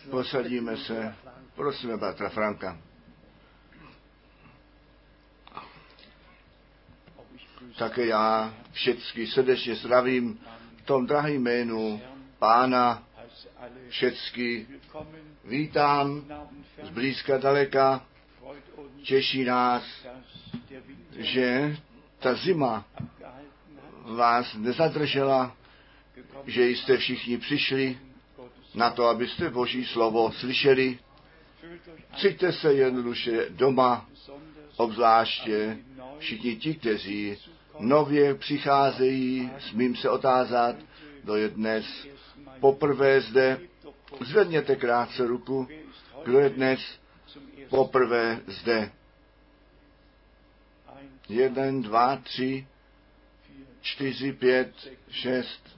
Posadíme se, prosíme bratra Franka. Také já všecky srdečně zdravím v tom drahém jménu Pána, všecky vítám zblízka daleka. Těší nás, že ta zima vás nezadržela, že jste všichni přišli na to, abyste Boží slovo slyšeli. Cíťte se jednoduše doma, obzvláště všichni ti, kteří nově přicházejí, smím se otázat, kdo je dnes poprvé zde. Zvedněte krátce ruku, kdo je dnes poprvé zde. 1, 2, 3, 4, 5, 6.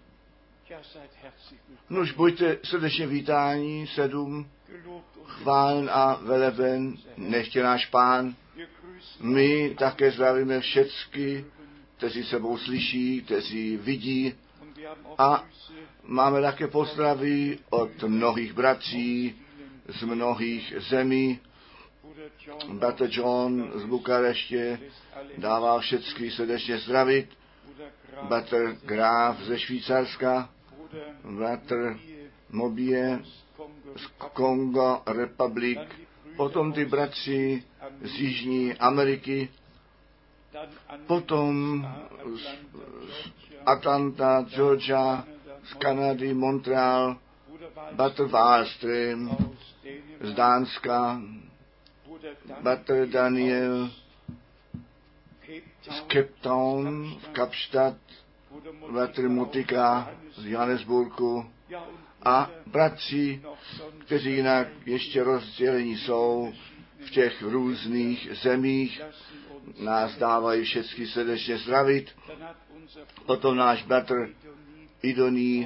Nož buďte srdečně vítáni, 7. Chválen a veleben, nechtě náš Pán. My také zdravíme všecky, kteří sebou slyší, kteří vidí. A máme také pozdraví od mnohých bratří z mnohých zemí. Bratr John z Bukareště dává všecky srdečně zdravit. Bratr Graf ze Švýcarska, bratr Mobie z Kongo Republik, potom ty bratři z Jižní Ameriky, potom z Atlanta, Georgia, z Kanady, Montreal, bratr Wallström z Dánska, bratr Daniel z Cape Town, v Kapstadt, bratr Mutika z Johannesburgu a bratři, kteří jinak ještě rozdělení jsou v těch různých zemích, nás dávají všechny srdečně zdravit. Potom náš bratr Idoní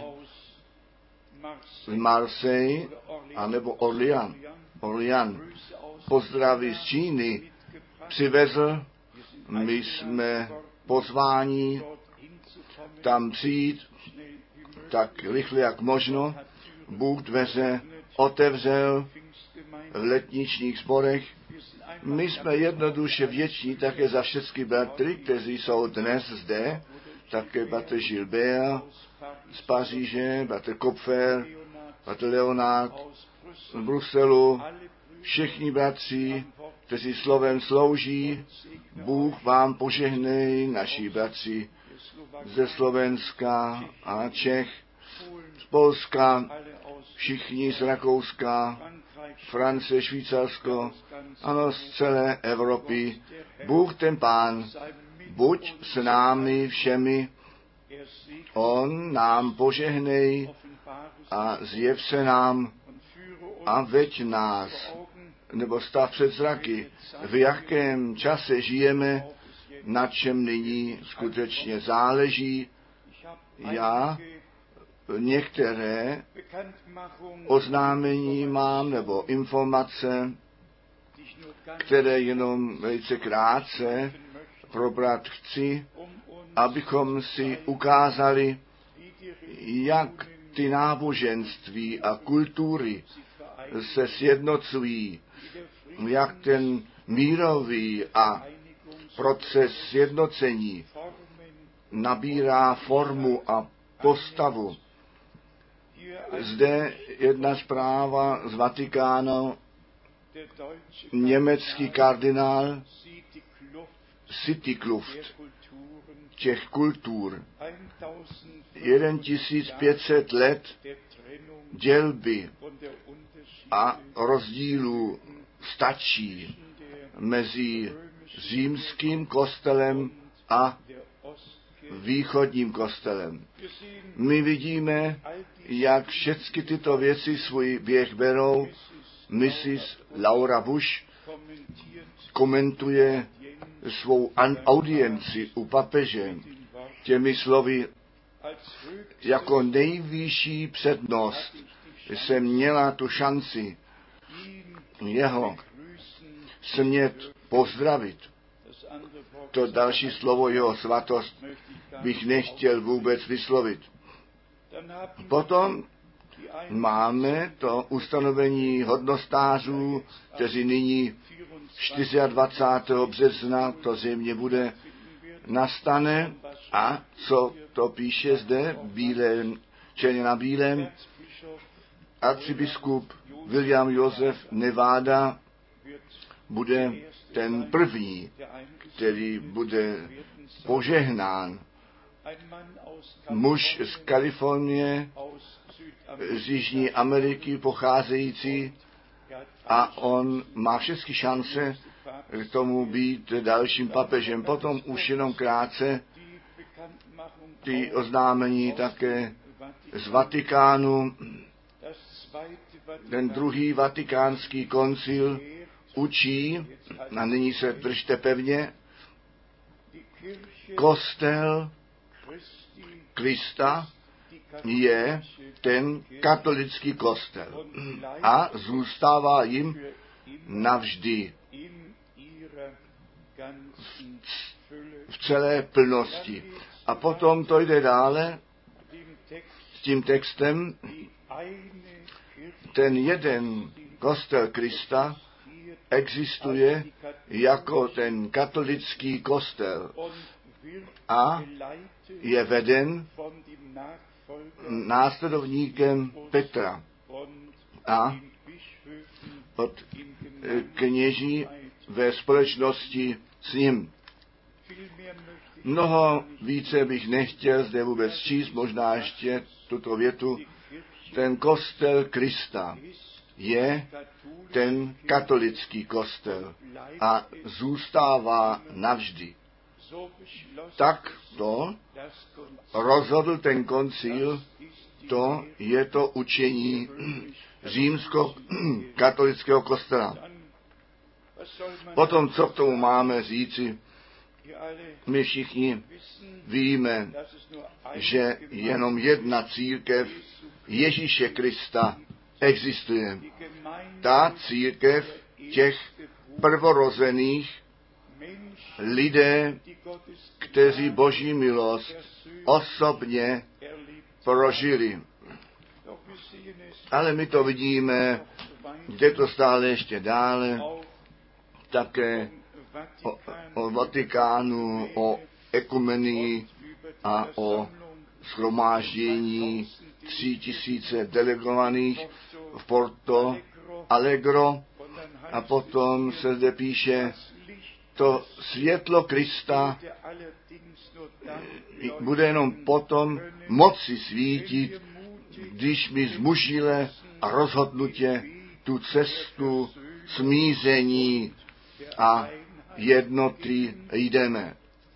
z Marseille, anebo Orléans, pozdraví z Číny přivezl. My jsme pozváni tam přijít tak rychle, jak možno. Bůh dveře otevřel v letničních sborech. My jsme jednoduše vděční také za všechny bratry, kteří jsou dnes zde, také bratr Gilbert z Paříže, bratr Kopfer, bratr Leonard z Bruselu, všichni bratři, kteří slovem slouží. Bůh vám požehnej, naši bratři ze Slovenska a Čech, z Polska, všichni z Rakouska, Francie, Švýcarsko, ano, z celé Evropy. Bůh ten Pán, buď s námi všemi, on nám požehnej a zjev se nám a veď nás, nebo stav před zraky, v jakém čase žijeme, na čem nyní skutečně záleží. Já některé oznámení mám, nebo informace, které jenom velice krátce probrat chci, abychom si ukázali, jak ty náboženství a kultury se sjednocují, jak ten mírový a proces sjednocení nabírá formu a postavu. Zde jedna zpráva z Vatikánu, německý kardinál City Kluft těch kultur. 1500 let dělby a rozdílů stačí mezi římským kostelem a východním kostelem. My vidíme, jak všechny tyto věci svůj běh berou. Mrs. Laura Bush komentuje svou audienci u papeže těmi slovy: jako nejvyšší přednost jsem měla tu šanci jeho smět pozdravit. To další slovo, jeho svatost, bych nechtěl vůbec vyslovit. Potom máme to ustanovení hodnostářů, kteří nyní 24. března, to zřejmě bude, nastane. A co to píše zde, černě na bílém, arcibiskup William Joseph Nevada bude ten první, který bude požehnán. Muž z Kalifornie, z Jižní Ameriky pocházející, a on má všechny šance k tomu být dalším papežem. Potom už jenom krátce ty oznámení také z Vatikánu. Ten druhý vatikánský koncil učí, a nyní se držte pevně, kostel Krista je ten katolický kostel a zůstává jim navždy v celé plnosti. A potom to jde dále s tím textem, ten jeden kostel Krista existuje jako ten katolický kostel a je veden následovníkem Petra a od kněží ve společnosti s ním. Mnoho více bych nechtěl zde vůbec číst, možná ještě tuto větu. Ten kostel Krista je ten katolický kostel a zůstává navždy. Tak to rozhodl ten koncil, to je to učení římsko-katolického kostela. Potom, co k tomu máme říci, my všichni víme, že jenom jedna církev Ježíše Krista existuje. Ta církev těch prvorozených lidé, kteří Boží milost osobně prožili. Ale my to vidíme, jde to stále ještě dále, také o Vatikánu, o ekumenii a o shromáždění 3000 delegovaných v Porto Alegro. A potom se zde píše, to světlo Krista bude jenom potom moci svítit, když my zmužile a rozhodnutě tu cestu smíření a jednoty jdeme.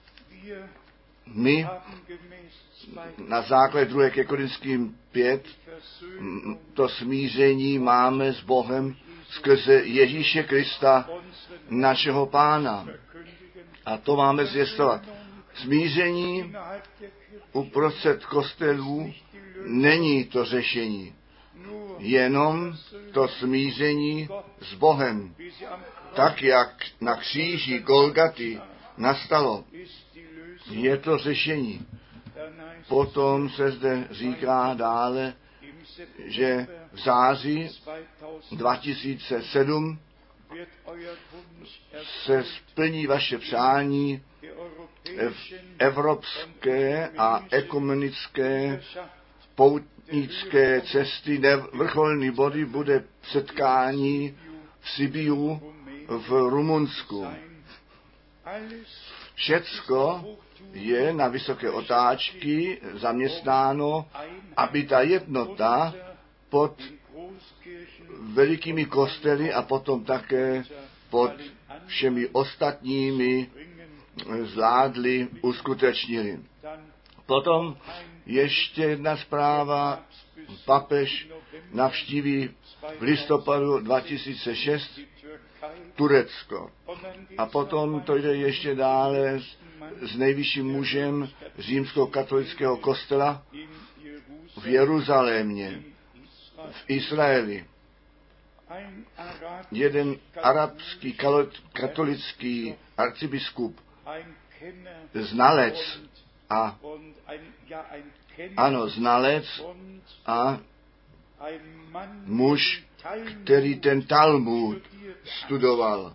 My na základě 2. Korinským 5 to smíření máme s Bohem skrze Ježíše Krista, našeho Pána. A to máme zvěstovat. Smíření uprostřed kostelů není to řešení. Jenom to smíření s Bohem. Tak, jak na kříži Golgaty nastalo, je to řešení. Potom se zde říká dále, že v září 2007 se splní vaše přání v evropské a ekumenické poutnické cesty. Vrcholný body bude setkání v Sibiu v Rumunsku. Všecko je na vysoké otáčky zaměstnáno, aby ta jednota pod velikými kostely a potom také pod všemi ostatními zvládli, uskutečnili. Potom ještě jedna zpráva. Papež navštíví v listopadu 2006 Turecko. A potom to jde ještě dále s nejvyšším mužem římskokatolického kostela v Jeruzalémě, v Izraeli. Jeden arabský katolický arcibiskup, znalec a muž, který ten Talmud studoval,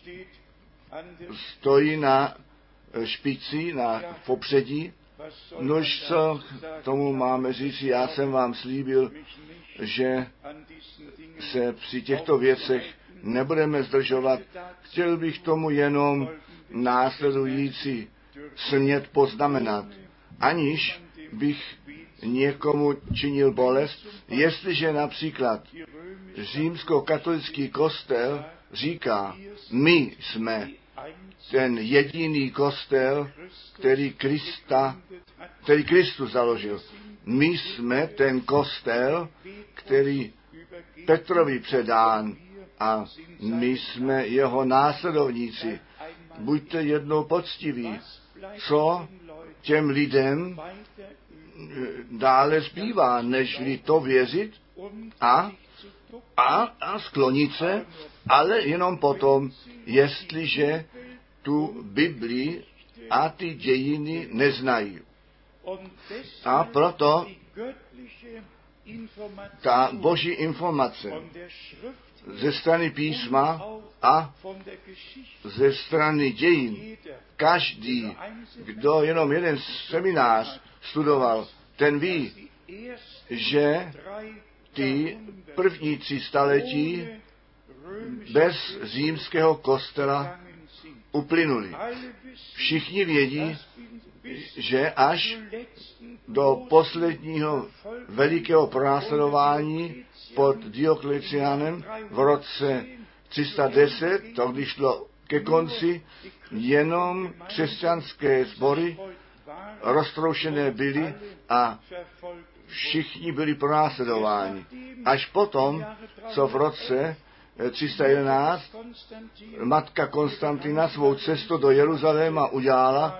stojí na špici, na popředí. Nož co tomu máme říct, já jsem vám slíbil, že se při těchto věcech nebudeme zdržovat. Chtěl bych tomu jenom následující smět poznamenat, aniž bych někomu činil bolest, jestliže například římskokatolický kostel říká, my jsme ten jediný kostel, který Kristus založil. My jsme ten kostel, který Petrovi předán a my jsme jeho následovníci. Buďte jednou poctiví, co těm lidem dále zbývá, nežli to věřit a sklonit se, ale jenom potom, jestliže tu Biblii a ty dějiny neznají. A proto ta boží informace ze strany písma a ze strany dějin, každý, kdo jenom jeden seminář studoval, ten ví, že ty první 3 staletí bez římského kostela uplynuli. Všichni vědí, že až do posledního velikého pronásledování pod Dioklecianem v roce 310, to když šlo ke konci, jenom křesťanské sbory roztroušené byly a všichni byli pronásledováni. Až potom, co v roce 311 matka Konstantina svou cestu do Jeruzaléma udělala,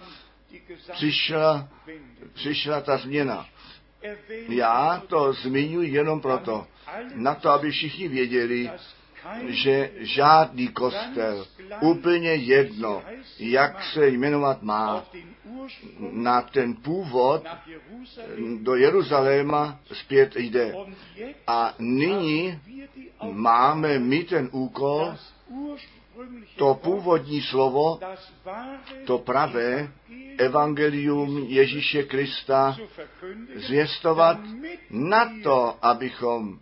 přišla ta změna. Já to zmiňuji jenom proto, na to, aby všichni věděli, že žádný kostel, úplně jedno, jak se jmenovat má, na ten původ do Jeruzaléma zpět jde. A nyní máme my ten úkol, to původní slovo, to pravé evangelium Ježíše Krista zvěstovat na to, abychom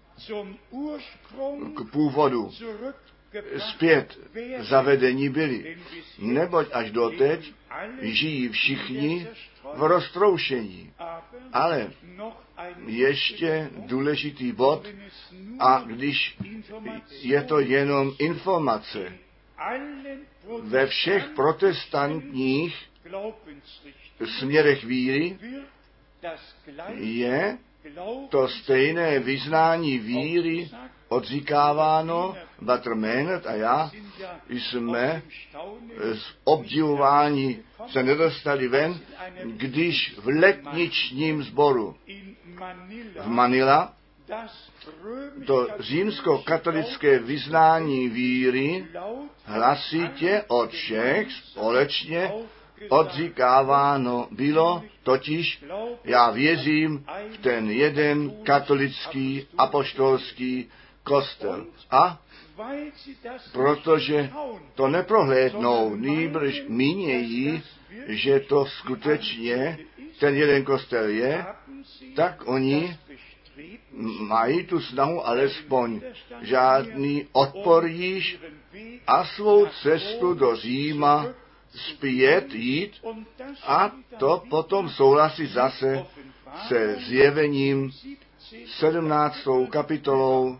k původu zpět zavedení byli. Neboť až doteď žijí všichni v roztroušení. Ale ještě důležitý bod, a když je to jenom informace, ve všech protestantních směrech víry je to stejné vyznání víry odříkáváno. Bratr Maynard a já jsme z obdivování se nedostali ven, když v letničním sboru v Manila to římskokatolické vyznání víry hlasitě od všech společně odříkáváno bylo, totiž já věřím v ten jeden katolický apoštolský kostel. A protože to neprohlédnou, nýbrž mínějí, že to skutečně ten jeden kostel je, tak oni mají tu snahu alespoň žádný odpor již a svou cestu do Říma zpět jít a to potom souhlasí zase se zjevením 17. kapitolou,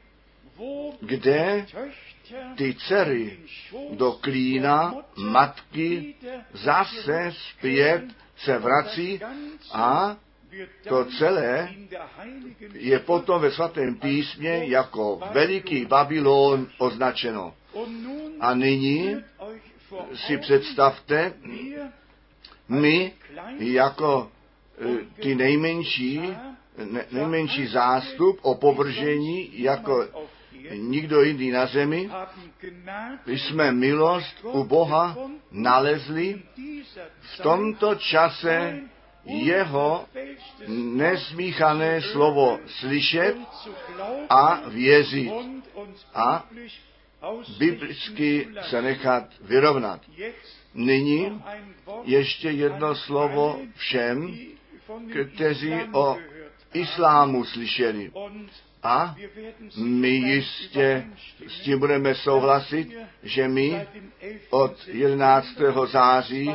kde ty dcery do klína matky zase zpět se vrací a to celé je potom ve svatém písmě jako veliký Babylon označeno. A nyní si představte, my jako ty nejmenší zástup opovržení jako nikdo jiný na zemi, jsme milost u Boha nalezli v tomto čase jeho nesmíchané slovo slyšet a věřit a biblicky se nechat vyrovnat. Nyní ještě jedno slovo všem, kteří o islámu slyšeli. A my jistě s tím budeme souhlasit, že my od 11. září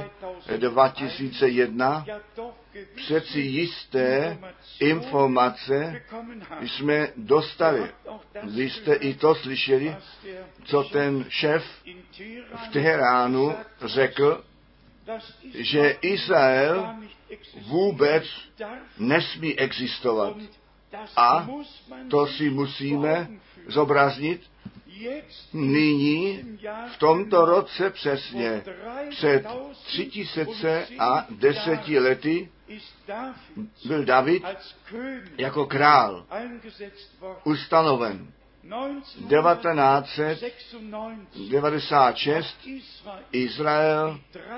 2001 přeci jisté informace jsme dostali. Vy jste i to slyšeli, co ten šéf v Teheránu řekl, že Izrael vůbec nesmí existovat. A to si musíme zobraznit nyní, v tomto roce přesně, před 310 lety byl David jako král ustanoven. 1996 Izrael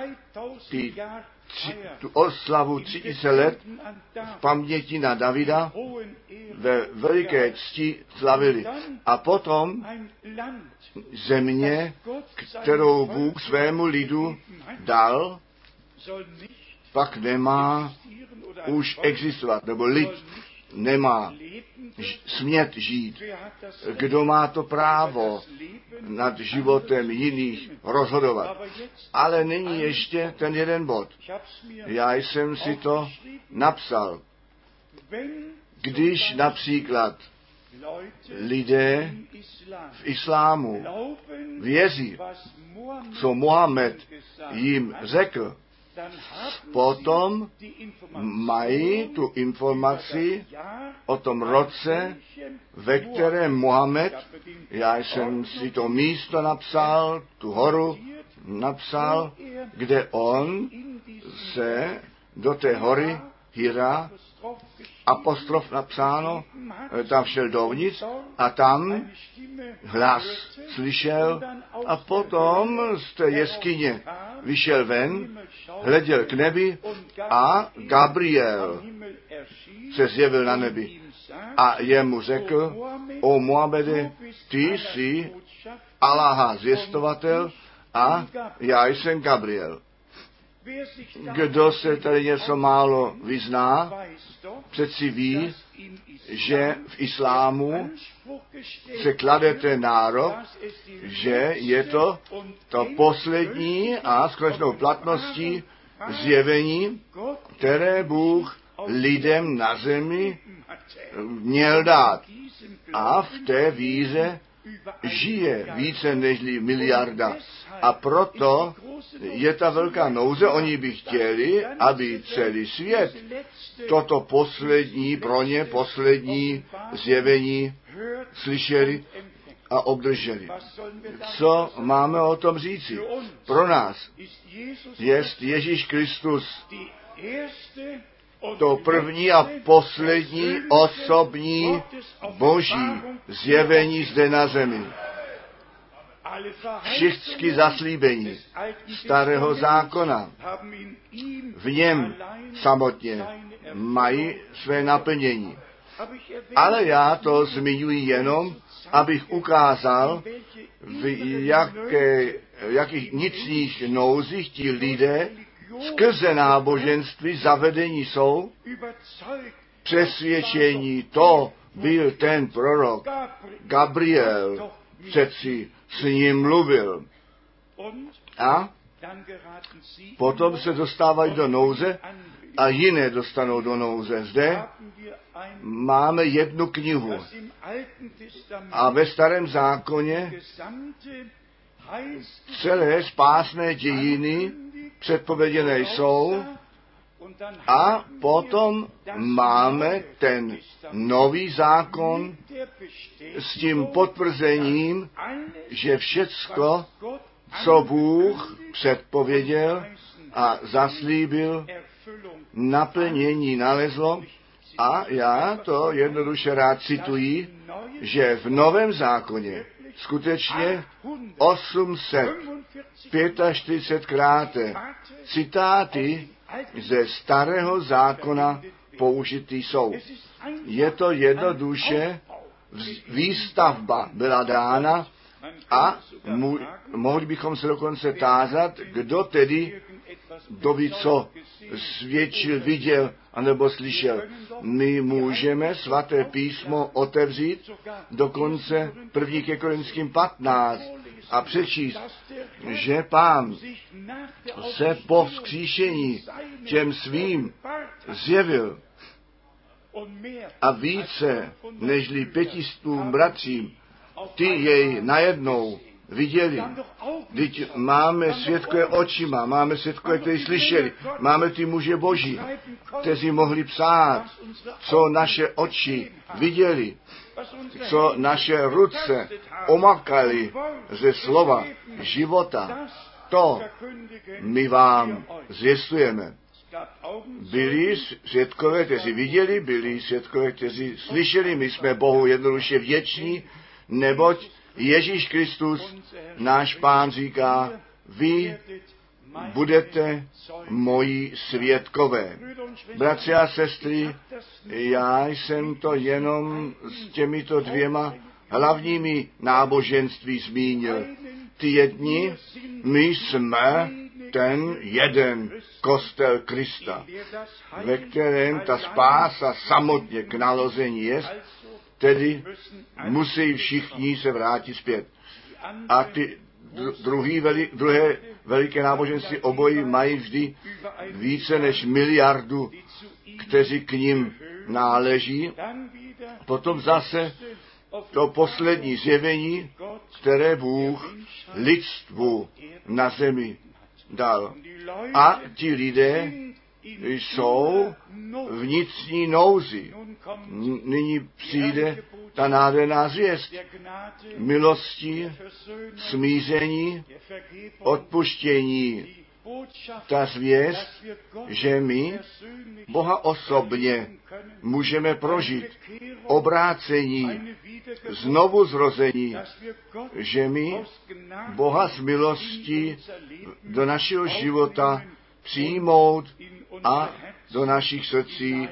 tu oslavu 3000 let v paměti na Davida ve veliké cti slavili. A potom země, kterou Bůh svému lidu dal, pak nemá už existovat, nebo lid nemá smět žít. Kdo má to právo nad životem jiných rozhodovat? Ale není ještě ten jeden bod. Já jsem si to napsal. Když například lidé v islámu věří, co Mohamed jim řekl, potom mají tu informaci o tom roce, ve kterém Mohamed, já jsem si to místo napsal, tu horu napsal, kde on se do té hory Hira, apostrof napsáno, tam šel dovnitř a tam hlas slyšel a potom z té jeskyně vyšel ven, hleděl k nebi a Gabriel se zjevil na nebi a jemu řekl: o Mohamede, ty jsi Allaha zvěstovatel a já jsem Gabriel. Kdo se tady něco málo vyzná, přeci ví, že v islámu se klade ten nárok, že je to poslední a s konečnou platností zjevení, které Bůh lidem na zemi měl dát. A v té víře žije více než miliarda. A proto je ta velká nouze, oni by chtěli, aby celý svět toto poslední, pro ně poslední zjevení slyšeli a obdrželi. Co máme o tom říci? Pro nás jest Ježíš Kristus to první a poslední osobní boží zjevení zde na zemi. Všechny zaslíbení starého zákona v něm samotně mají své naplnění. Ale já to zmiňuji jenom, abych ukázal, v jakých nicních nouzích ti lidé skrze náboženství zavedení jsou, přesvědčení, to byl ten prorok Gabriel, přeci s ním mluvil. A potom se dostávají do nouze a jiné dostanou do nouze. Zde máme jednu knihu a ve Starém zákoně celé spásné dějiny předpověděné jsou a potom máme ten nový zákon s tím potvrzením, že všecko, co Bůh předpověděl a zaslíbil, naplnění nalezlo. A já to jednoduše rád cituji, že v Novém zákoně skutečně 845krát citáty ze starého zákona použitý jsou. Je to jednoduše, výstavba byla dána a mohli bychom se dokonce tázat, kdo tedy doby co svědčil, viděl anebo slyšel. My můžeme svaté písmo otevřít dokonce 1. Korinským 15 a přečíst, že Pán se po vzkříšení těm svým zjevil a více nežli 500 bratřím, ty jej najednou viděli. Vždyť máme svědkové očima, máme svědkové, kteří slyšeli, máme ty muže boží, kteří mohli psát, co naše oči viděli, co naše ruce omakali ze slova života. To my vám zvěstujeme. Byli svědkové, kteří viděli, byli svědkové, kteří slyšeli, my jsme Bohu jednoduše vděční, neboť Ježíš Kristus, náš Pán, říká, vy budete moji svědkové. Bratři a sestry, já jsem to jenom s těmito dvěma hlavními náboženství zmínil. Ty jedni, my jsme ten jeden kostel Krista, ve kterém ta spása samotně k nalození je, tedy musí všichni se vrátit zpět. A ty druhé veliké náboženství obojí mají vždy více než miliardu, kteří k nim náleží. Potom zase to poslední zjevení, které Bůh lidstvu na zemi dal. A ti lidé jsou vnitřní nouzi. Nyní přijde ta nádherná zvěst milosti, smíření, odpuštění. Ta zvěst, že my Boha osobně můžeme prožít obrácení, znovu zrození, že my Boha z milosti do našeho života přijmout a do našich srdcí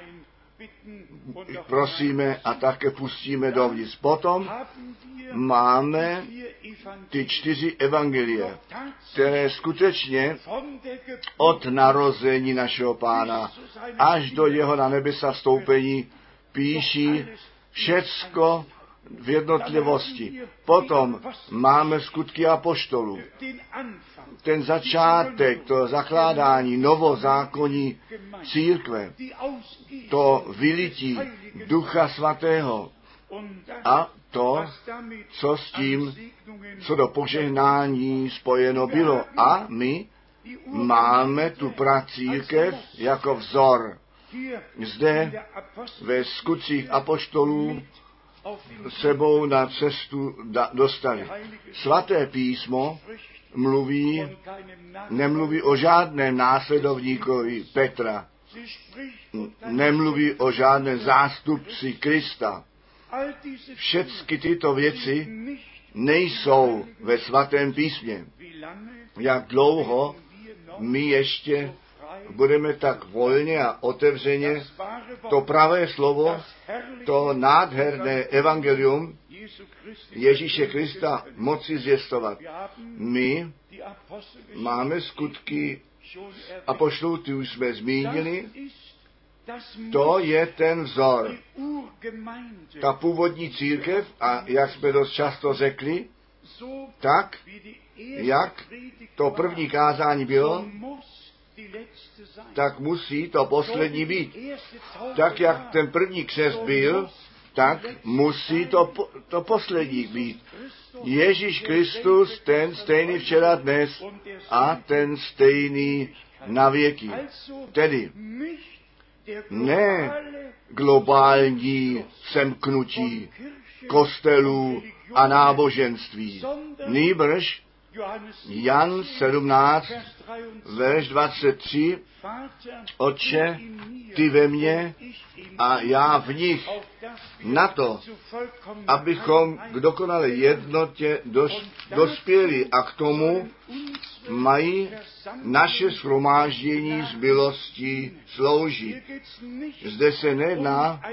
prosíme a také pustíme dovnitř. Potom máme ty 4 evangelie, které skutečně od narození našeho Pána až do jeho na nebesa vstoupení píší všecko v jednotlivosti. Potom máme skutky apoštolů. Ten začátek, to zakládání novozákonní církve, to vylití Ducha Svatého a to, co s tím, co do požehnání spojeno bylo. A my máme tu pracírkev jako vzor. Zde ve skutcích apoštolů sebou na cestu dostali. Svaté písmo nemluví o žádném následovníkovi Petra, nemluví o žádném zástupci Krista. Všechny tyto věci nejsou ve svatém písmě. Jak dlouho my ještě budeme tak volně a otevřeně to pravé slovo, to nádherné evangelium Ježíše Krista moci zvěstovat. My máme skutky apoštolů, ty už jsme zmínili, to je ten vzor. Ta původní církev, a jak jsme dost často řekli, tak, jak to první kázání bylo, tak musí to poslední být. Tak, jak ten první křest byl, tak musí to poslední být. Ježíš Kristus, ten stejný včera, dnes a ten stejný na věky. Tedy ne globální semknutí kostelů a náboženství. Nýbrž Jan 17, verš 23, Otče, ty ve mně a já v nich, na to, abychom k dokonalé jednotě dospěli a k tomu mají naše shromáždění z milostí sloužit. Zde se nejedná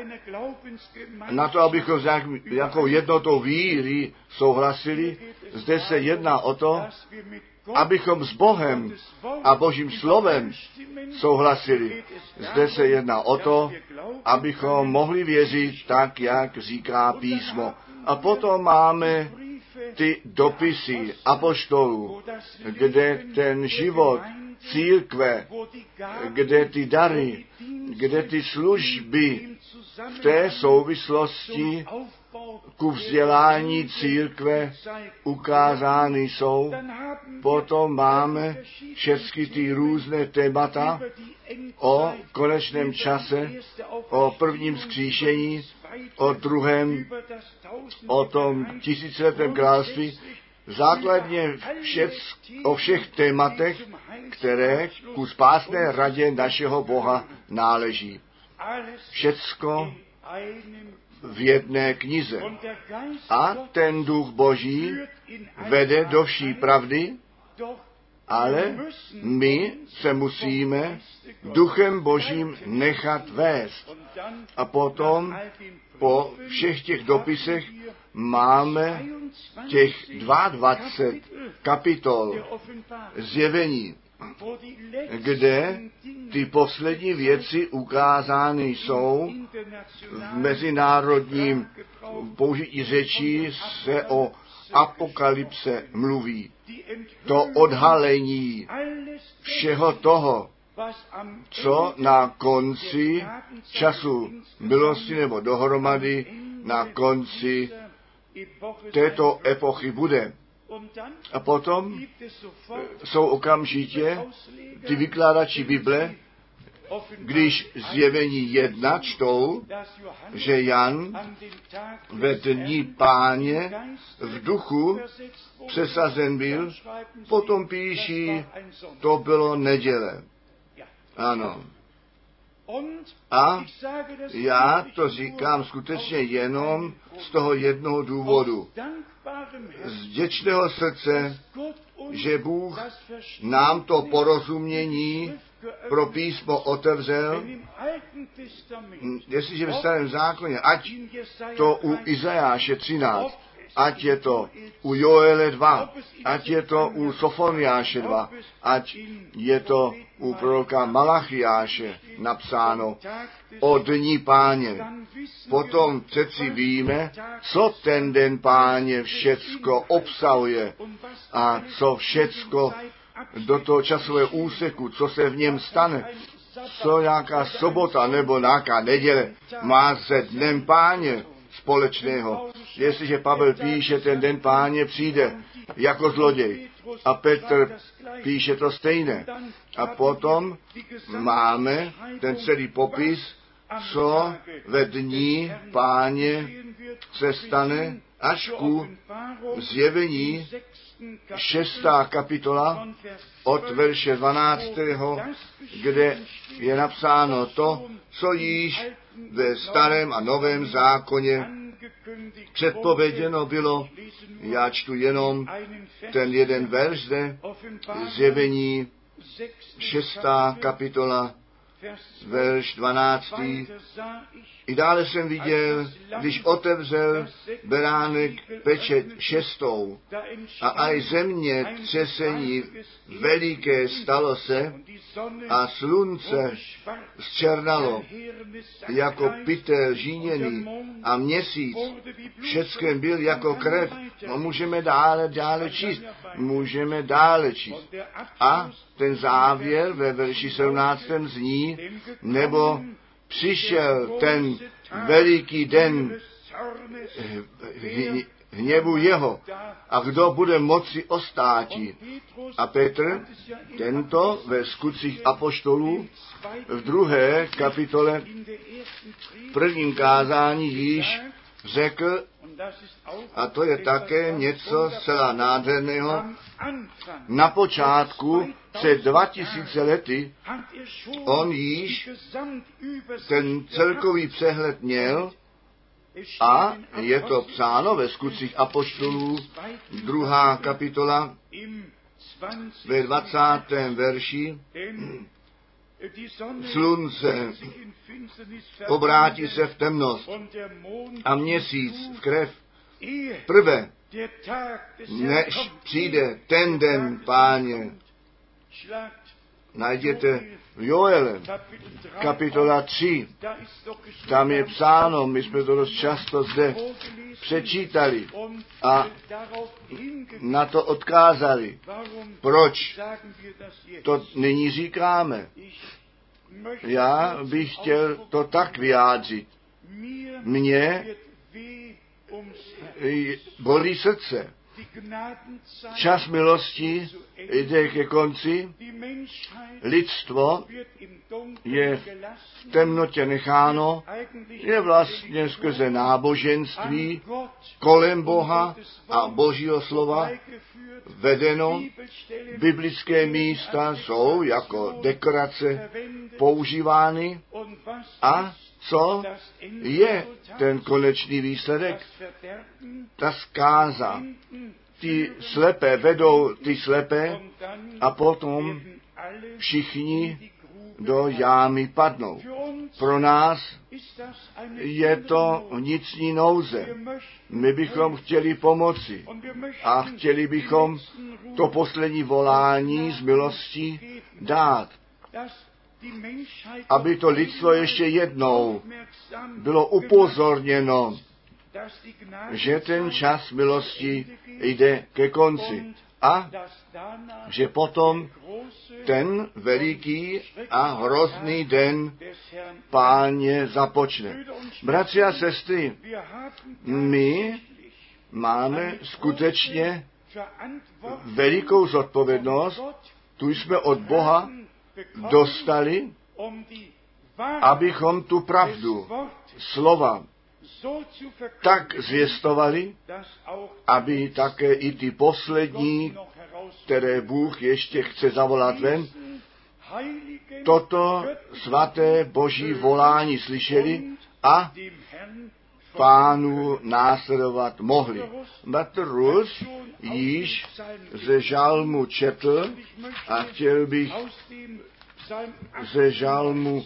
na to, abychom s nějakou jednotou víry souhlasili. Zde se jedná o to, abychom s Bohem a Božím slovem souhlasili. Zde se jedná o to, abychom mohli věřit tak, jak říká písmo. A potom máme ty dopisy apoštolů, kde ten život církve, kde ty dary, kde ty služby v té souvislosti ku vzdělání církve ukázány jsou. Potom máme všechny ty různé témata o konečném čase, o prvním vzkříšení, o druhém, o tom tisíciletém království, základně o všech tématech, které ku spásné radě našeho Boha náleží. Všecko v jedné knize. A ten duch Boží vede do vší pravdy, ale my se musíme duchem Božím nechat vést. A potom po všech těch dopisech máme těch 22 kapitol zjevení, kde ty poslední věci ukázány jsou. V mezinárodním použití řečí se o apokalypse mluví. To odhalení všeho toho, co na konci času milosti nebo dohromady na konci této epochy bude. A potom jsou okamžitě ty vykládači Bible, když zjevení 1 čtou, že Jan ve dní Páně v duchu přesazen byl, potom píší, to bylo neděle. Ano. A já to říkám skutečně jenom z toho jednoho důvodu. Z vděčného srdce, že Bůh nám to porozumění pro písmo otevřel, jestliže ve Starém zákoně, ať to u Izajáše 13, ať je to u Joele 2, ať je to u Sofoniáše 2, ať je to u proroka Malachiáše napsáno o dní Páně. Potom přeci víme, co ten den Páně všecko obsahuje a co všecko do toho časového úseku, co se v něm stane, co nějaká sobota nebo nějaká neděle má se dnem Páně společného. Jestliže Pavel píše, ten den Páně přijde jako zloděj. A Petr píše to stejné. A potom máme ten celý popis, co ve dní Páně se stane až ku zjevení 6. kapitola od verše 12., kde je napsáno to, co již ve Starém a Novém zákoně předpověděno bylo. Já čtu jenom ten jeden verš zde, zjevení 6. kapitola, verš 12. I dále jsem viděl, když otevřel beránek pečeť 6. a aj země třesení veliké stalo se a slunce zčernalo jako pytel žíněný a měsíc všecken byl jako krev. No, můžeme dále číst. A ten závěr ve verši 17. zní, nebo přišel ten veliký den hněvu jeho a kdo bude moci ostáti. A Petr tento ve skutcích apoštolů v 2. kapitole v prvním kázání již řekl, a to je také něco zcela nádherného, na počátku před 2000 lety on již ten celkový přehled měl a je to psáno ve skutcích apoštolů 2. kapitola ve 20. verši, slunce obrátí se v temnost a měsíc v krev. Prve, než přijde ten den Páně. Najděte v Joele, kapitola 3, tam je psáno, my jsme to dost často zde přečítali a na to odkázali. Proč to nyní říkáme? Já bych chtěl to tak vyjádřit. Mně bolí srdce. Čas milosti jde ke konci. Lidstvo je v temnotě necháno, je vlastně skrze náboženství kolem Boha a Božího slova vedeno. Biblické místa jsou jako dekorace používány. A co je ten konečný výsledek? Ta zkáza. Ty slepé vedou ty slepé a potom všichni do jámy padnou. Pro nás je to vnitřní nouze. My bychom chtěli pomoci a chtěli bychom to poslední volání z milosti dát, aby to lidstvo ještě jednou bylo upozorněno, že ten čas milosti jde ke konci a že potom ten veliký a hrozný den Páně započne. Bratři a sestry, my máme skutečně velikou zodpovědnost, tu jsme od Boha dostali, abychom tu pravdu slova tak zvěstovali, aby také i ty poslední, které Bůh ještě chce zavolat ven, toto svaté Boží volání slyšeli a Pánu následovat mohli. Bratr Rus již ze žalmu četl a chtěl bych ze žalmu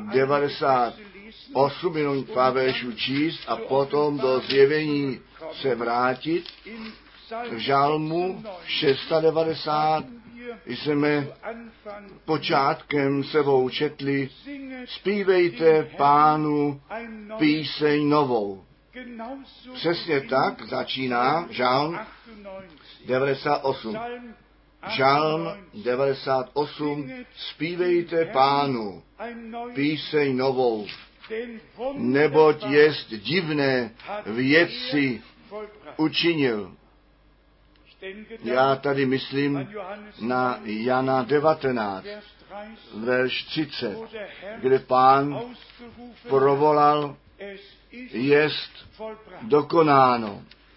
98 jenom pár veršů číst a potom do zjevení se vrátit. V žalmu 690 jsme počátkem sebou četli: zpívejte Pánu píseň novou. Přesně tak začíná žalm 98. Žalm 98, zpívejte Pánu píseň novou, neboť jest divné věci učinil. Já tady myslím na Jana 19, verš 30, kde Pán provolal: jest dokonáno.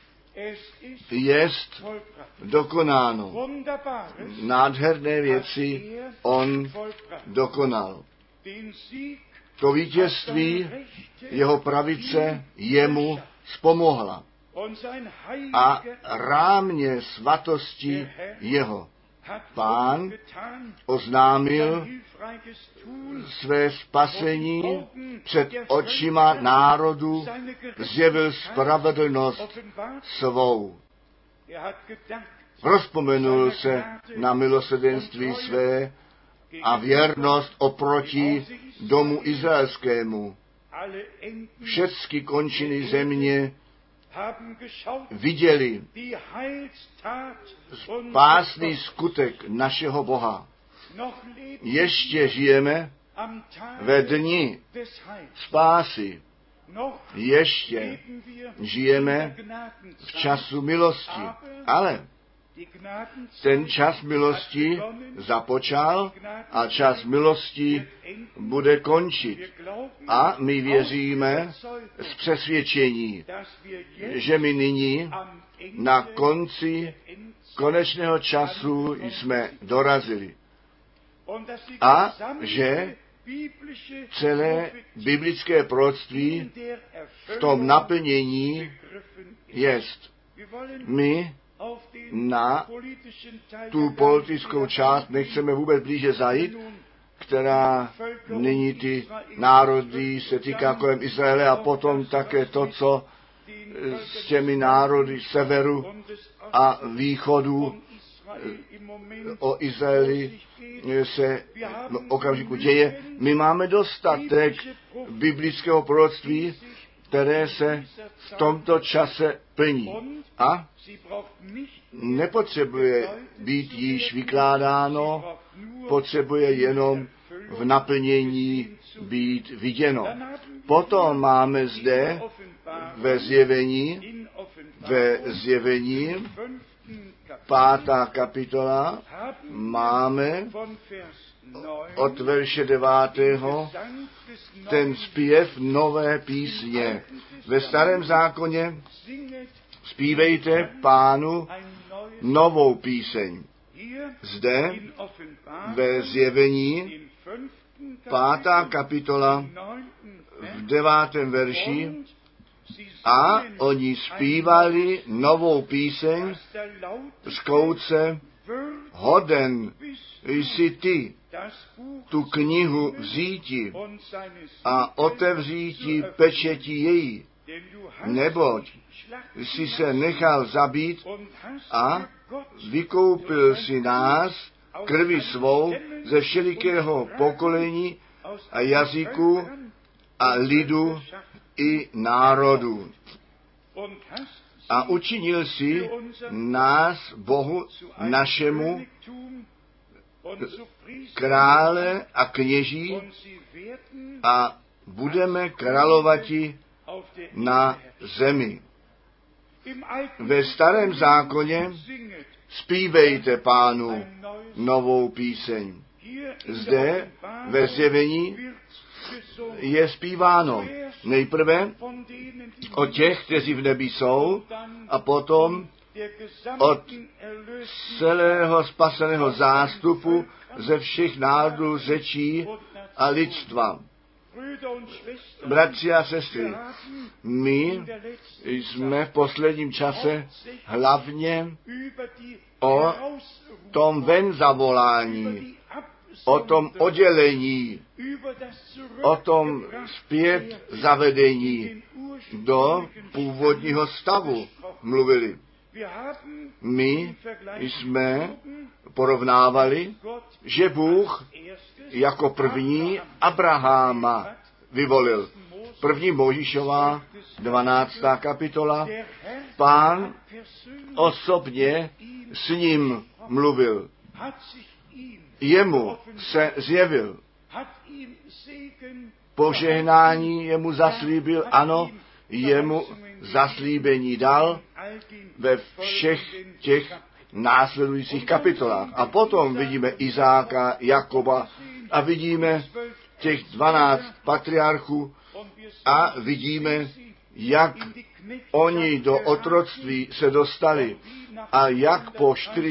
Jest dokonáno. Nádherné věci on dokonal. To vítězství jeho pravice jemu vzpomohla. A rámě svatosti jeho Pán oznámil své spasení před očima národu, zjevil spravedlnost svou. Rozpomenul se na milosrdenství své a věrnost oproti domu izraelskému. Všechny končiny země viděli spásný skutek našeho Boha. Ještě žijeme ve dni spásy. Ještě žijeme v času milosti. Ale ten čas milosti započal a čas milosti bude končit. A my věříme z přesvědčení, že my nyní na konci konečného času jsme dorazili. A že celé biblické proroctví v tom naplnění jest. My na tu politickou část nechceme vůbec blíže zajít, která nyní ty národy se týká kolem Izraele a potom také to, co s těmi národy severu a východu o Izraeli se v okamžiku děje. My máme dostatek biblického proroctví, které se v tomto čase plní. A nepotřebuje být již vykládáno, potřebuje jenom v naplnění být viděno. Potom máme zde ve zjevení 5. kapitola, máme od verše 9. ten zpěv nové písně. Ve Starém zákoně zpívejte Pánu novou píseň. Zde ve zjevení 5. kapitola v 9. verši a oni zpívali novou píseň z kouce hoden jsi ty tu knihu vzíti a otevříti pečeti její, neboť jsi se nechal zabít a vykoupil si nás krví svou ze všelikého pokolení a jazyku a lidu i národu. A učinil si nás Bohu našemu krále a kněží a budeme královati na zemi. Ve Starém zákoně zpívejte Pánu novou píseň. Zde ve zjevení je zpíváno nejprve o těch, kteří v nebi jsou, a potom od celého spaseného zástupu ze všech národů, řečí a lidstva. Bratři a sestry, my jsme v posledním čase hlavně o tom ven zavolání, o tom oddělení, o tom zpět zavedení do původního stavu mluvili. My jsme porovnávali, že Bůh jako první Abraháma vyvolil. 1. Mojžíšová 12. kapitola. Pán osobně s ním mluvil. Jemu se zjevil. Požehnání jemu zaslíbil, ano, jemu zaslíbení dal ve všech těch následujících kapitolách. A potom vidíme Izáka, Jakoba a vidíme těch 12 patriarchů a vidíme, jak oni do otroctví se dostali a jak po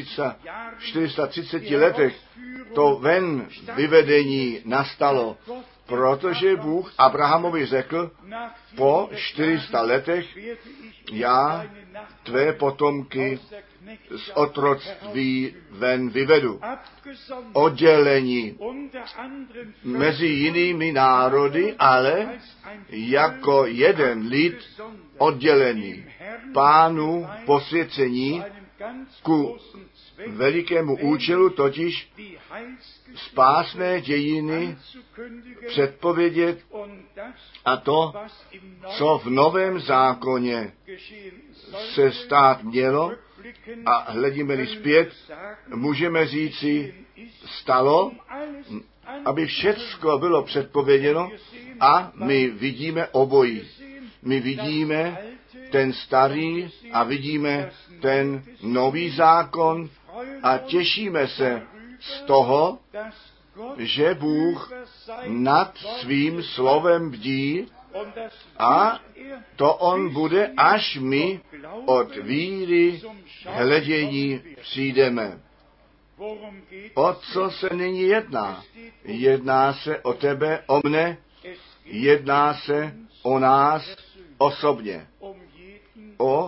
430 letech to ven vyvedení nastalo, protože Bůh Abrahamovi řekl, po 400 letech já tvé potomky z otroctví ven vyvedu. Oddělení mezi jinými národy, ale jako jeden lid oddělený. Pánu posvěcení ku velikému účelu, totiž spásné dějiny předpovědět a to, co v Novém zákoně se stát mělo, a hledíme-li zpět, můžeme říci, stalo, aby všecko bylo předpověděno a my vidíme obojí. My vidíme ten starý a vidíme ten nový zákon a těšíme se z toho, že Bůh nad svým slovem bdí a to on bude, až my od víry hledění přijdeme. O co se nyní jedná? Jedná se o tebe, o mne, jedná se o nás osobně, o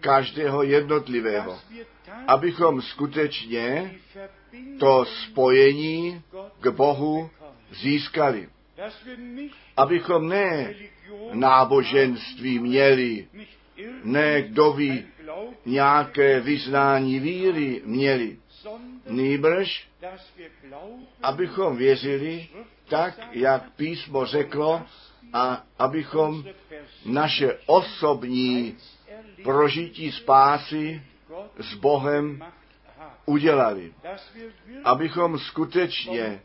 každého jednotlivého, abychom skutečně to spojení k Bohu získali. Abychom ne náboženství měli, ne kdo ví, nějaké vyznání víry měli, nýbrž abychom věřili tak, jak písmo řeklo, a abychom naše osobní prožití spásy s Bohem udělali. Abychom skutečně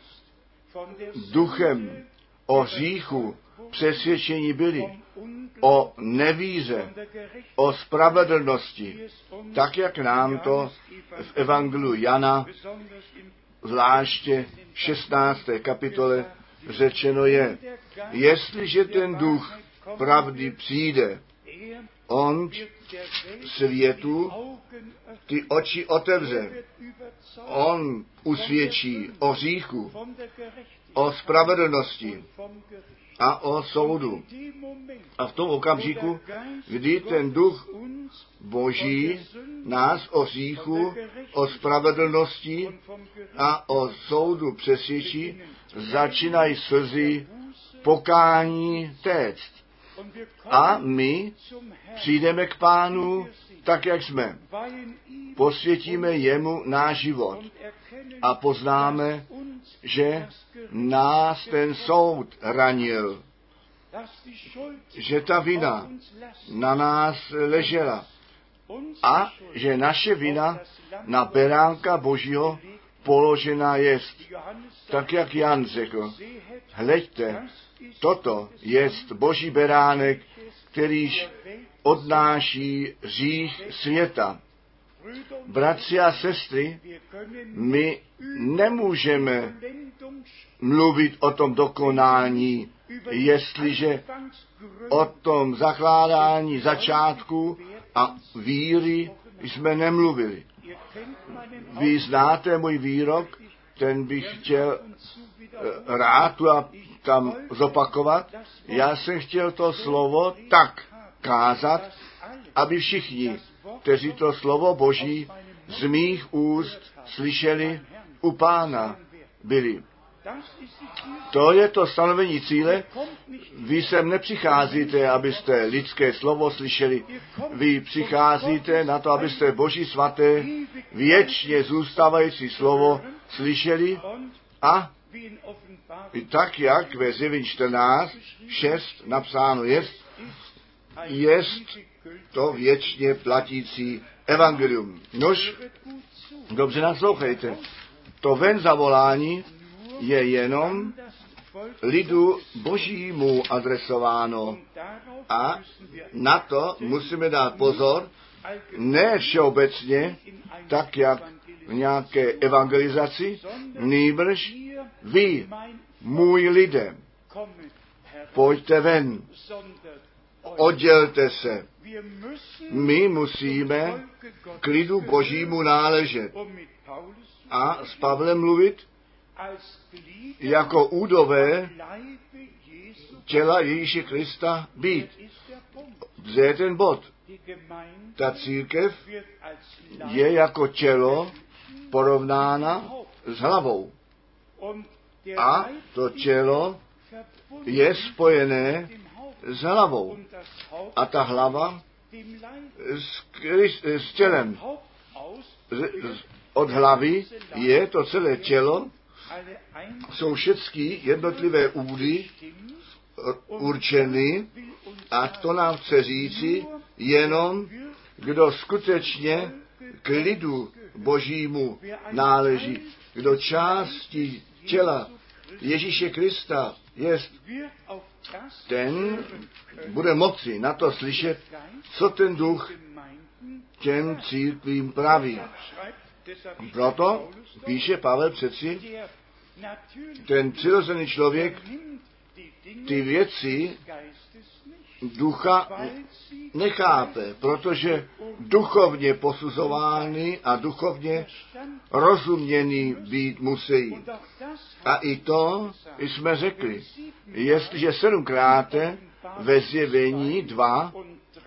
duchem o hříchu přesvědčení byli, o nevíře, o spravedlnosti, tak jak nám to v Evangeliu Jana, zvláště v 16. kapitole řečeno je. Jestliže ten duch pravdy přijde, on světu ty oči otevře. On usvědčí o hříchu, o spravedlnosti a o soudu. A v tom okamžiku, kdy ten duch Boží nás o hříchu, o spravedlnosti a o soudu přesvědčí, začínají slzy pokání téct. A my přijdeme k Pánu tak, jak jsme. Posvětíme jemu náš život a poznáme, že nás ten soud ranil, že ta vina na nás ležela a že naše vina na beránka Božího položena jest. Tak, jak Jan řekl, hleďte, toto jest Boží beránek, kterýž odnáší hřích světa. Bratři a sestry, my nemůžeme mluvit o tom dokonání, jestliže o tom zakládání začátku a víry jsme nemluvili. Vy znáte můj výrok, ten bych chtěl rád tam zopakovat. Já jsem chtěl to slovo tak kázat, aby všichni, kteří to slovo Boží z mých úst slyšeli, u Pána byli. To je to stanovení cíle. Vy sem nepřicházíte, abyste lidské slovo slyšeli. Vy přicházíte na to, abyste Boží svaté, věčně zůstávající slovo slyšeli a tak, jak ve Zjevení 14:6 napsáno jest to věčně platící evangelium. Nož, dobře naslouchejte. To ven zavolání je jenom lidu Božímu adresováno. A na to musíme dát pozor, ne všeobecně, tak jak v nějaké evangelizaci, nýbrž vy, můj lidé, pojďte ven, oddělte se. My musíme k lidu Božímu náležet. A s Pavlem mluvit jako údové těla Ježíše Krista být. To je ten bod. Ta církev je jako tělo porovnána s hlavou. A to tělo je spojené s hlavou. A ta hlava s tělem. Od hlavy je to celé tělo, jsou všechny jednotlivé údy určeny a to nám chce říci jenom, kdo skutečně k lidu Božímu náleží, kdo částí těla Ježíše Krista jest, ten bude moci na to slyšet, co ten duch těm církvím praví. Proto píše Pavel přeci, ten přirozený člověk ty věci ducha nechápe, protože duchovně posuzovány a duchovně rozuměný být musí. A i to jsme řekli, jestliže 7krát ve Zjevení 2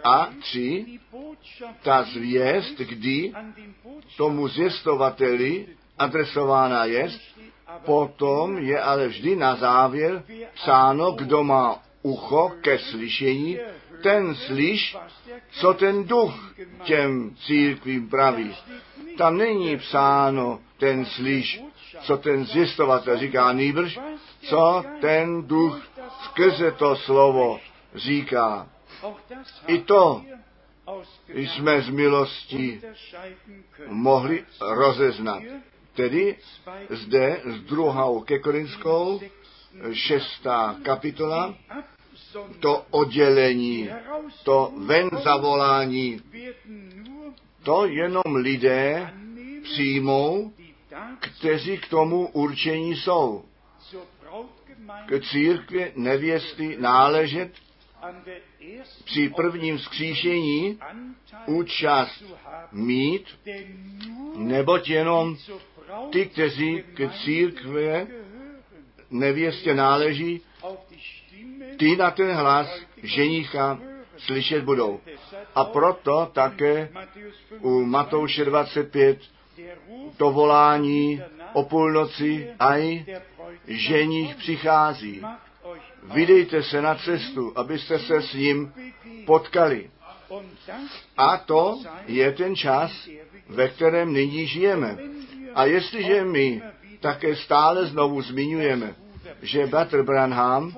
A 3, ta zvěst, kdy tomu zvěstovateli adresována je, potom je ale vždy na závěr psáno, kdo má ucho ke slyšení, ten slyš, co ten duch těm církvím praví. Tam není psáno ten slyš, co ten zvěstovatel říká, nýbrž, co ten duch skrze to slovo říká. I to jsme z milosti mohli rozeznat. Tedy zde z 2. ke Korintskou, 6. kapitola, to oddělení, to ven zavolání, to jenom lidé přijmou, kteří k tomu určení jsou. K církvi nevěsty náležet při prvním vzkříšení účast mít, neboť jenom ty, kteří k církvi nevěstě náleží, ty na ten hlas ženicha slyšet budou. A proto také u Matouše 25 to volání o půlnoci aj ženich přichází. Vydejte se na cestu, abyste se s ním potkali. A to je ten čas, ve kterém nyní žijeme. A jestliže my také stále znovu zmiňujeme, že bratr Branham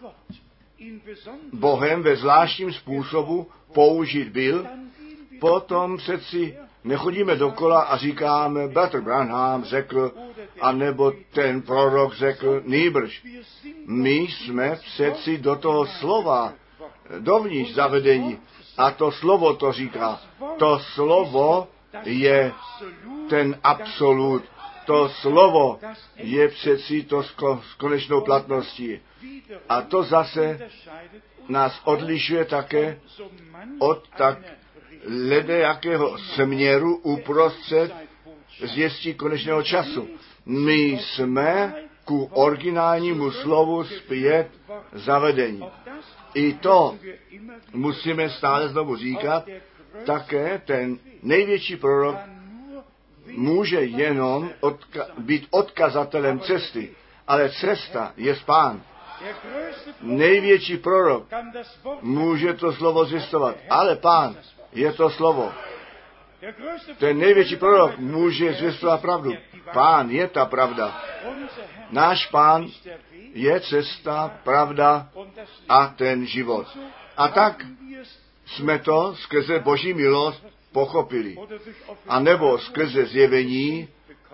Bohem ve zvláštním způsobu použit byl, potom přeci nechodíme dokola a říkáme, bratr Branham řekl, anebo ten prorok řekl, nýbrž. My jsme přeci do toho slova dovnitř zavedení a to slovo to říká. To slovo je ten absolut. To slovo je přeci to s konečnou platností. A to zase nás odlišuje také od tak ledejakého směru uprostřed zvěstí konečného času. My jsme ku originálnímu slovu zpět zavedení. I to musíme stále znovu říkat, také ten největší prorok může jenom být odkazatelem cesty, ale cesta je Pán. Největší prorok může to slovo zvěstovat, ale Pán je to slovo. Ten největší prorok může zvěstovat pravdu. Pán je ta pravda. Náš Pán je cesta, pravda a ten život. A tak jsme to skrze Boží milost pochopili. A nebo skrze zjevení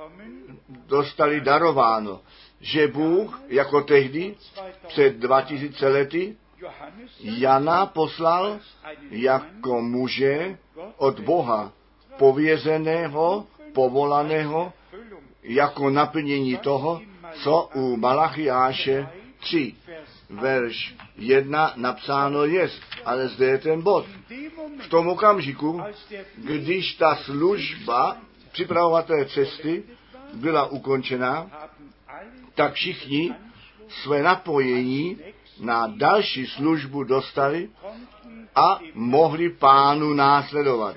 dostali darováno, že Bůh jako tehdy před 2000 lety Jana poslal jako muže od Boha pověřeného, povolaného jako naplnění toho, co u Malachiáše 3, verš 1 napsáno je, ale zde je ten bod. V tom okamžiku, když ta služba připravovaté cesty byla ukončena, tak všichni své napojení na další službu dostali a mohli Pánu následovat,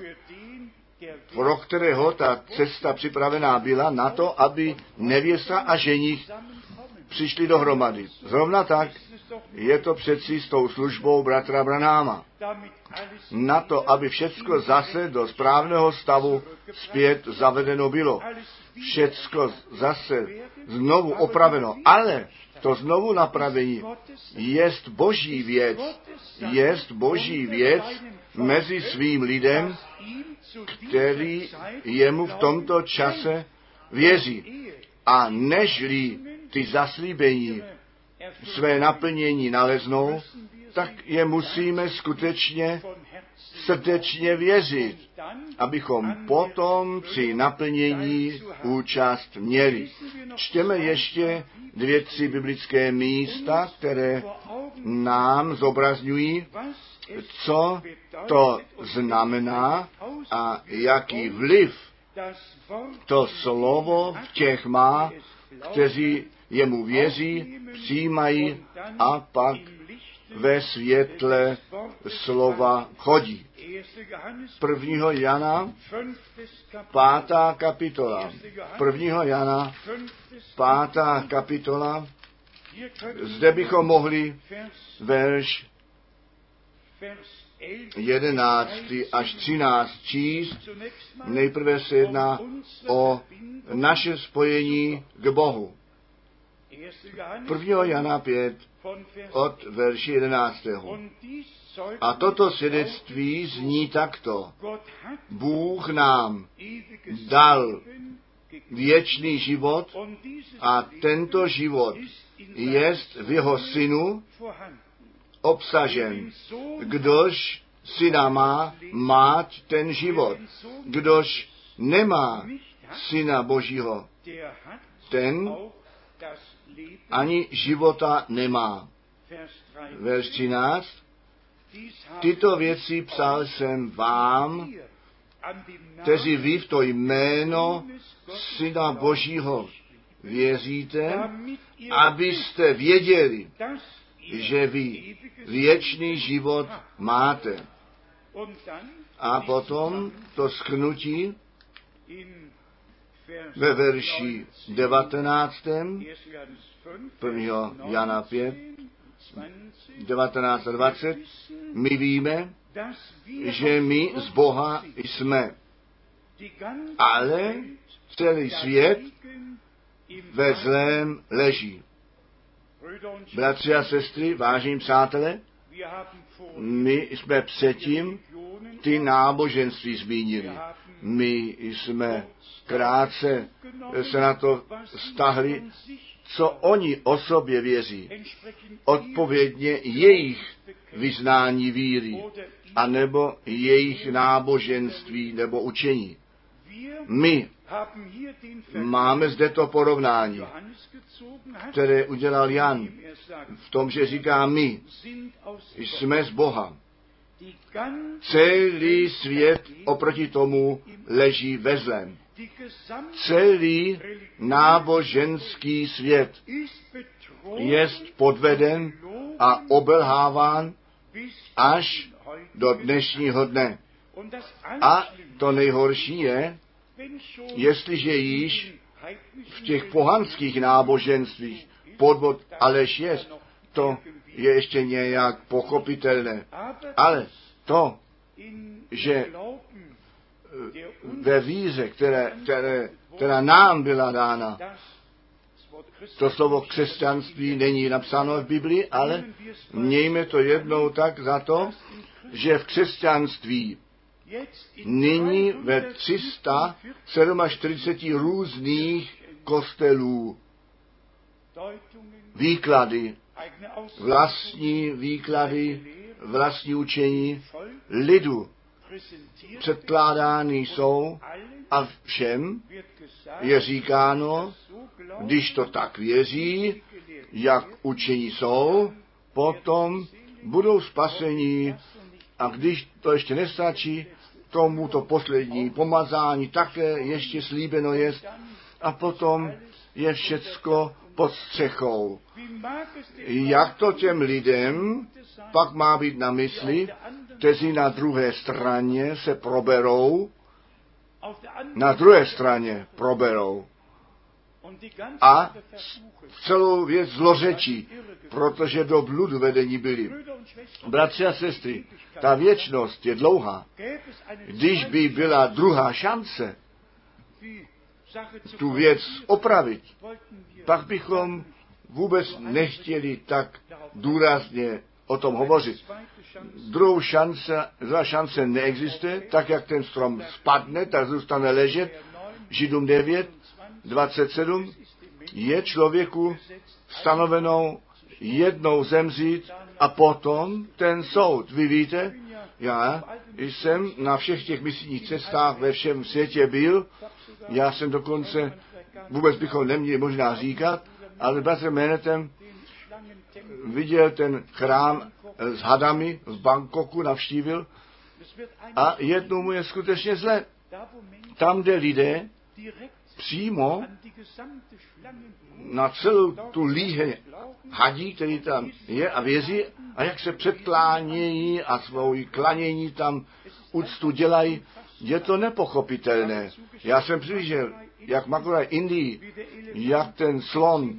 pro kterého ta cesta připravená byla na to, aby nevěsta a ženich přišli dohromady. Zrovna tak je to přeci s tou službou bratra Branhama. Na to, aby všecko zase do správného stavu zpět zavedeno bylo. Všecko zase znovu opraveno. Ale to znovu napravení jest Boží věc mezi svým lidem, který jemu v tomto čase věří. A nežli ty zaslíbení své naplnění naleznou, tak je musíme skutečně srdečně věřit, abychom potom při naplnění účast měli. Čtěme ještě 2-3 biblické místa, které nám zobrazňují, co to znamená a jaký vliv to slovo v těch má, kteří jemu věří, přijímají a pak ve světle slova chodí. 1. Jana, 5. kapitola. 1. Jana, 5. kapitola. Zde bychom mohli verš 11. až 13 číst. Nejprve se jedná o naše spojení k Bohu. 1. Jana 5 od verši 11. A toto svědectví zní takto. Bůh nám dal věčný život a tento život jest v jeho synu obsažen. Kdož syna má, máť ten život. Kdož nemá syna Božího, ten ani života nemá. Verš 13. Tyto věci psal jsem vám, kteří vy v to jméno Syna Božího věříte, abyste věděli, že vy věčný život máte. A potom to shrnutí ve verši 19. 1. Jana 5, 19 a 20. My víme, že my z Boha jsme, ale celý svět ve zlém leží. Bratři a sestry, vážení přátelé, my jsme předtím ty náboženství zmínili. My jsme krátce se na to vztahli, co oni o sobě věří. Odpovědně jejich vyznání víry, anebo jejich náboženství nebo učení. My máme zde to porovnání, které udělal Jan v tom, že říká my jsme z Boha. Celý svět oproti tomu leží ve zlém. Celý náboženský svět jest podveden a obelháván až do dnešního dne. A to nejhorší je, jestliže již v těch pohanských náboženstvích podvod alež jest, to je ještě nějak pochopitelné. Ale to, že ve víře, která nám byla dána, to slovo křesťanství není napsáno v Biblii, ale mějme to jednou tak za to, že v křesťanství nyní ve 347 různých kostelů výklady, vlastní výklady, vlastní učení lidu předkládány jsou a všem je říkáno, když to tak věří, jak učení jsou, potom budou spasení a když to ještě nestačí, tomu to poslední pomazání také ještě slíbeno jest a potom je všecko pod střechou. Jak to těm lidem pak má být na mysli, kteří na druhé straně se proberou, a celou věc zlořečí, protože do bludu vedení byli. Bratři a sestry, ta věčnost je dlouhá. Když by byla druhá šance tu věc opravit, pak bychom vůbec nechtěli tak důrazně o tom hovořit. Druhá šance neexistuje, tak jak ten strom spadne, tak zůstane ležet. Židům 9, 27 je člověku stanovenou jednou zemřít a potom ten soud. Vy víte, já jsem na všech těch misijních cestách ve všem světě byl, já jsem dokonce, vůbec bychom neměli možná říkat, ale bratrem Menetem viděl ten chrám s hadami v Bangkoku, navštívil a jednou mu je skutečně zle. Tam, kde lidé přímo na celou tu líheň hadí, který tam je a vězí, a jak se předklánějí a svou klanění tam úctu dělají, je to nepochopitelné. Já jsem přihlížel, jak Makuraj Indii, jak ten slon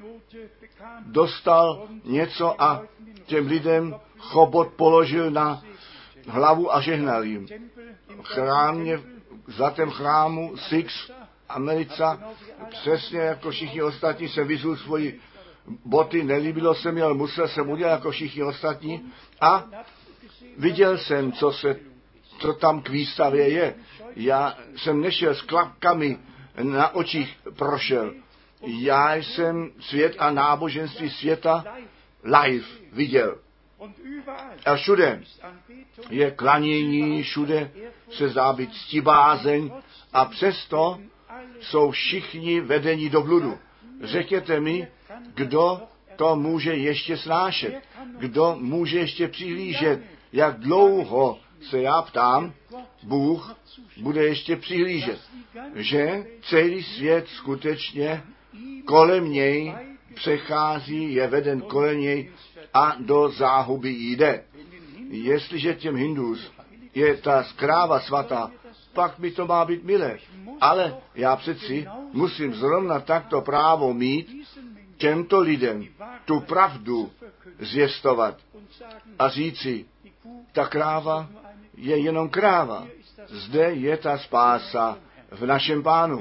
dostal něco a těm lidem chobot položil na hlavu a žehnal jim. V chrámě, v zlatém chrámu Six America, přesně jako všichni ostatní, jsem vyzul svoji boty, nelíbilo se mi, ale musel jsem udělat jako všichni ostatní a viděl jsem, co tam k výstavě je. Já jsem nešel s klapkami na očích prošel. Já jsem svět a náboženství světa live viděl. A všude je klanění, všude se zdá být ctibázeň a přesto jsou všichni vedeni do bludu. Řekněte mi, kdo to může ještě snášet, kdo může ještě přihlížet, jak dlouho se já ptám, Bůh bude ještě přihlížet, že celý svět skutečně kolem něj přechází, je veden kolem něj a do záhuby jde. Jestliže těm Hindus je ta kráva svatá, pak mi to má být milé. Ale já přeci musím zrovna takto právo mít těmto lidem tu pravdu zvěstovat a říci, ta kráva je jenom kráva. Zde je ta spása v našem Pánu.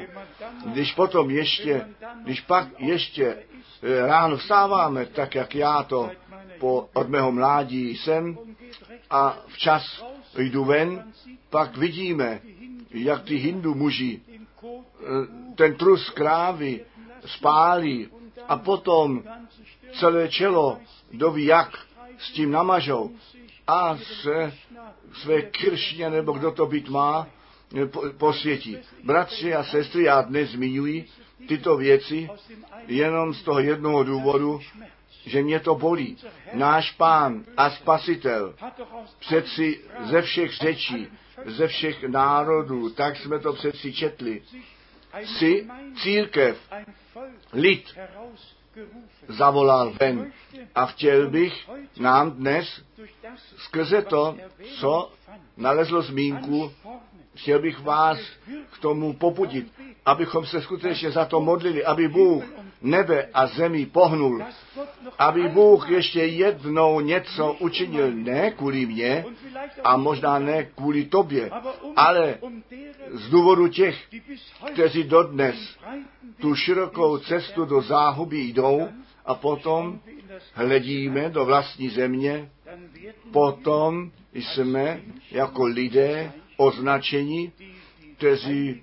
Když pak ještě ráno vstáváme, tak jak já to od mého mládí jsem a včas jdu ven, pak vidíme, jak ty Hindu muži ten trus krávy spálí a potom celé čelo doví jak s tím namažou a se své kršně, nebo kdo to být má, posvětí. Bratři a sestry, já dnes zmiňuji tyto věci jenom z toho jednoho důvodu, že mě to bolí. Náš Pán a Spasitel přeci ze všech řečí, ze všech národů, tak jsme to přeci četli, si církev, lid zavolal ven. A chtěl bych nám dnes skrze to, co nalezlo zmínku, chtěl bych vás k tomu popudit, abychom se skutečně za to modlili, aby Bůh nebe a zemi pohnul, aby Bůh ještě jednou něco učinil, ne kvůli mně a možná ne kvůli tobě, ale z důvodu těch, kteří dodnes tu širokou cestu do záhuby jdou a potom hledíme do vlastní země, potom jsme jako lidé označeni, kteří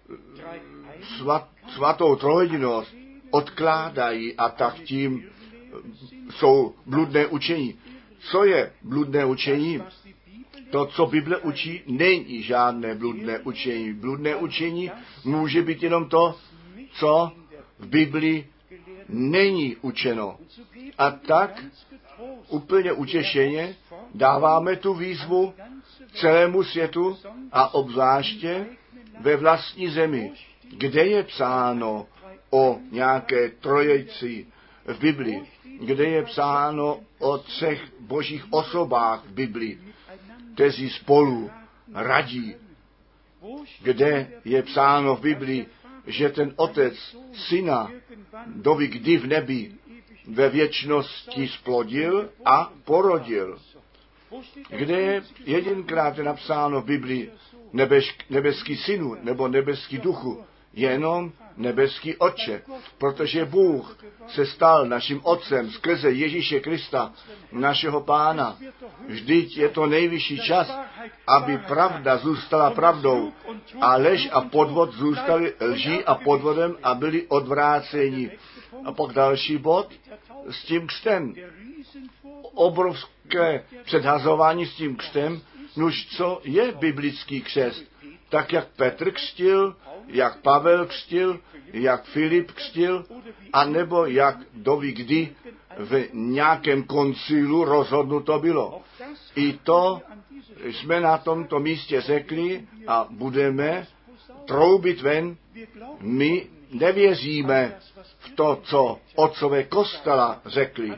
svatou trojedinost odkládají a tak tím jsou bludné učení. Co je bludné učení? To, co Bible učí, není žádné bludné učení. Bludné učení může být jenom to, co v Bibli není učeno. A tak úplně utěšeně dáváme tu výzvu celému světu a obzvláště ve vlastní zemi, kde je psáno o nějaké trojici v Bibli, kde je psáno o 3 božích osobách v Bibli, kteří spolu radí, kde je psáno v Bibli, že ten otec syna doví kdy v nebi ve věčnosti splodil a porodil. Kde je jedinkrát napsáno v Biblii nebeský synu nebo nebeský duchu, jenom nebeský Otče, protože Bůh se stal naším Otcem skrze Ježíše Krista, našeho Pána. Vždyť je to nejvyšší čas, aby pravda zůstala pravdou a lež a podvod zůstali lží a podvodem a byli odvráceni. A pak další bod s tím křtem. Obrovské předhazování s tím křtem. Nuž co je biblický křest? Tak jak Petr křtil, jak Pavel křtil, jak Filip křtil, anebo jak doví kdy v nějakém koncilu rozhodnuto bylo. I to jsme na tomto místě řekli a budeme troubit ven, My nevěříme v to, co otcové kostela řekli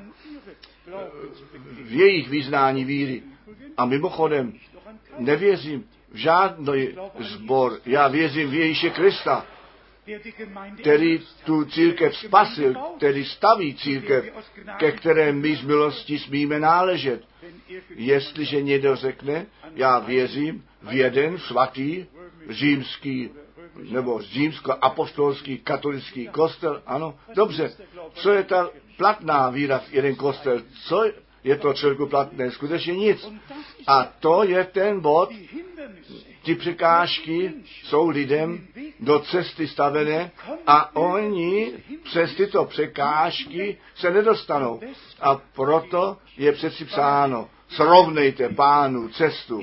v jejich vyznání víry. A mimochodem, nevěřím v žádný sbor. Já věřím v Ježíše Krista, který tu církev spasil, který staví církev, ke které my z milosti smíme náležet. Jestliže někdo řekne, já věřím v jeden svatý římský nebo římsko-apostolský katolický kostel, ano, dobře, co je ta platná víra v jeden kostel, co je to člověku platné, skutečně nic. A to je ten bod, ty překážky jsou lidem do cesty stavené a oni přes tyto překážky se nedostanou. A proto je přeci psáno, srovnejte Pánu cestu,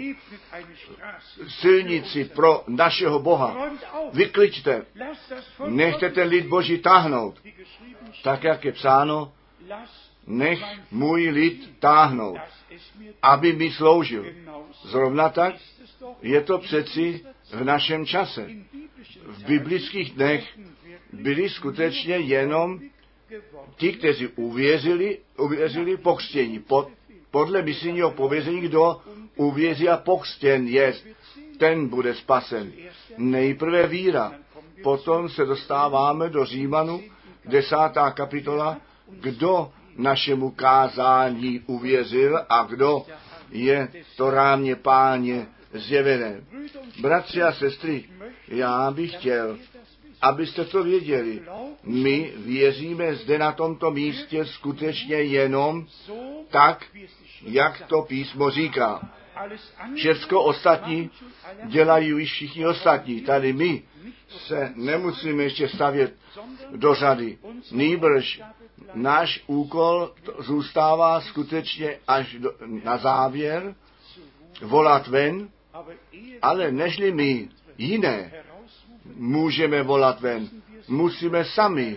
silnici pro našeho Boha, vykličte, nechte ten lid Boží táhnout, tak jak je psáno, nech můj lid táhnout, aby mi sloužil. Zrovna tak je to přeci v našem čase. V biblických dnech byli skutečně jenom ti, kteří uvěřili pokřtění. Podle misijního pověření, kdo uvěří a pokřtěn je, ten bude spasen. Nejprve víra. Potom se dostáváme do Římanu, 10. kapitola, kdo našemu kázání uvěřil a kdo je to rámě Páně zjevené. Bratři a sestry, já bych chtěl, abyste to věděli. My věříme zde na tomto místě skutečně jenom tak, jak to písmo říká. Všecko ostatní dělají již všichni ostatní. Tady my se nemusíme ještě stavět do řady. Nýbrž náš úkol zůstává skutečně až na závěr volat ven, ale nežli my jiné můžeme volat ven, musíme sami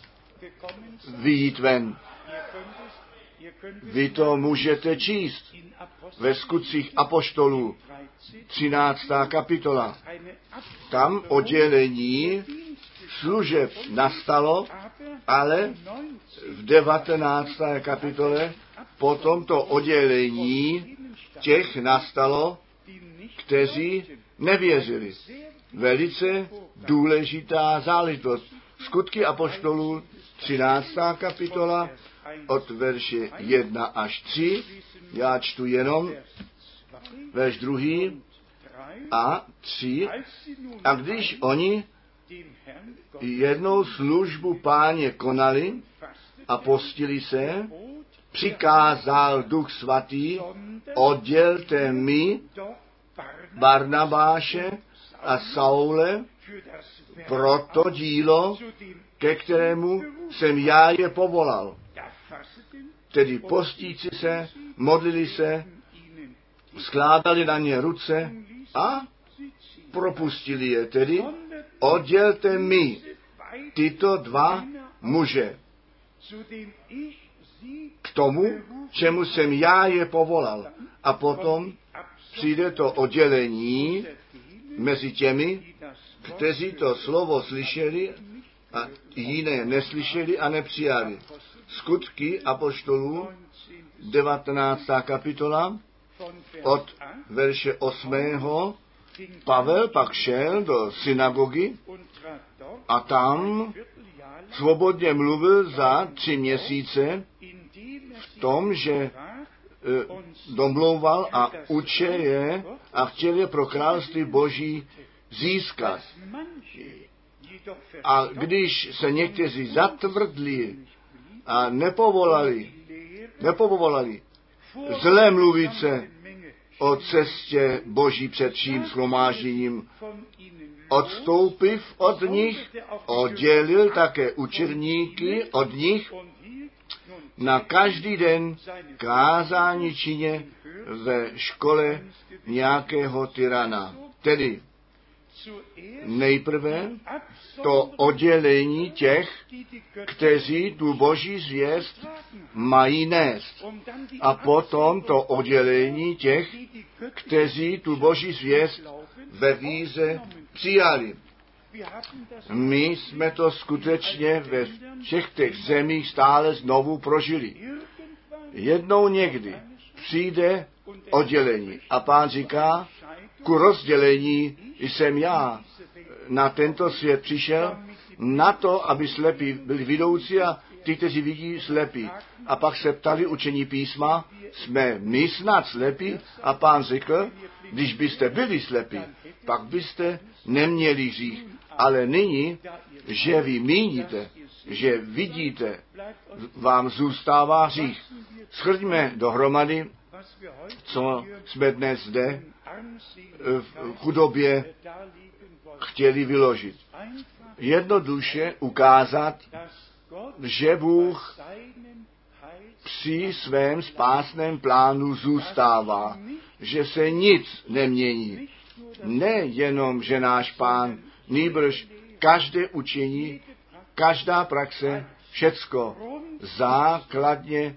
vyjít ven. Vy to můžete číst ve Skutcích apoštolů, 13. kapitola. Tam oddělení služeb nastalo, ale v 19. kapitole po tomto oddělení těch nastalo, kteří nevěřili. Velice důležitá záležitost. Skutky apoštolů, 13. kapitola, od verše 1 až 3. Já čtu jenom verš 2. a 3. A když oni jednou službu Páně konali a postili se, přikázal Duch Svatý, oddělte mi Barnabáše a Saule pro to dílo, ke kterému jsem já je povolal. Tedy postíci se, modlili se, skládali na ně ruce a propustili je. Tedy oddělte mi tyto dva muže k tomu, čemu jsem já je povolal. A potom přijde to oddělení mezi těmi, kteří to slovo slyšeli a jiné neslyšeli a nepřijali. Skutky apoštolů, 19. kapitola, od verše 8. Pavel pak šel do synagogy a tam svobodně mluvil za 3 měsíce v tom, že domlouval a učil je a chtěl je pro království Boží získat. A když se někteří zatvrdli a nepovolali zlé mluvice o cestě Boží před vším shromážděním, odstoupiv od nich, oddělil také učedníky od nich na každý den kázání čině ve škole nějakého tyrana. Tedy nejprve to oddělení těch, kteří tu Boží zvěst mají nést. A potom to oddělení těch, kteří tu Boží zvěst ve víře přijali. My jsme to skutečně ve všech těch zemích stále znovu prožili. Jednou někdy přijde oddělení a Pán říká, ku rozdělení jsem já na tento svět přišel, na to, aby slepí byli vidoucí a ty, kteří vidí, slepí. A pak se ptali učení písma, jsme my snad slepí? A Pán řekl, když byste byli slepí, pak byste neměli hřích. Ale nyní, že vy míníte, že vidíte, vám zůstává hřích. Shrňme dohromady, co jsme dnes zde v chudobě chtěli vyložit. Jednoduše ukázat, že Bůh při svém spásném plánu zůstává, že se nic nemění. Nejenom, že náš Pán, nýbrž každé učení, každá praxe, všecko základně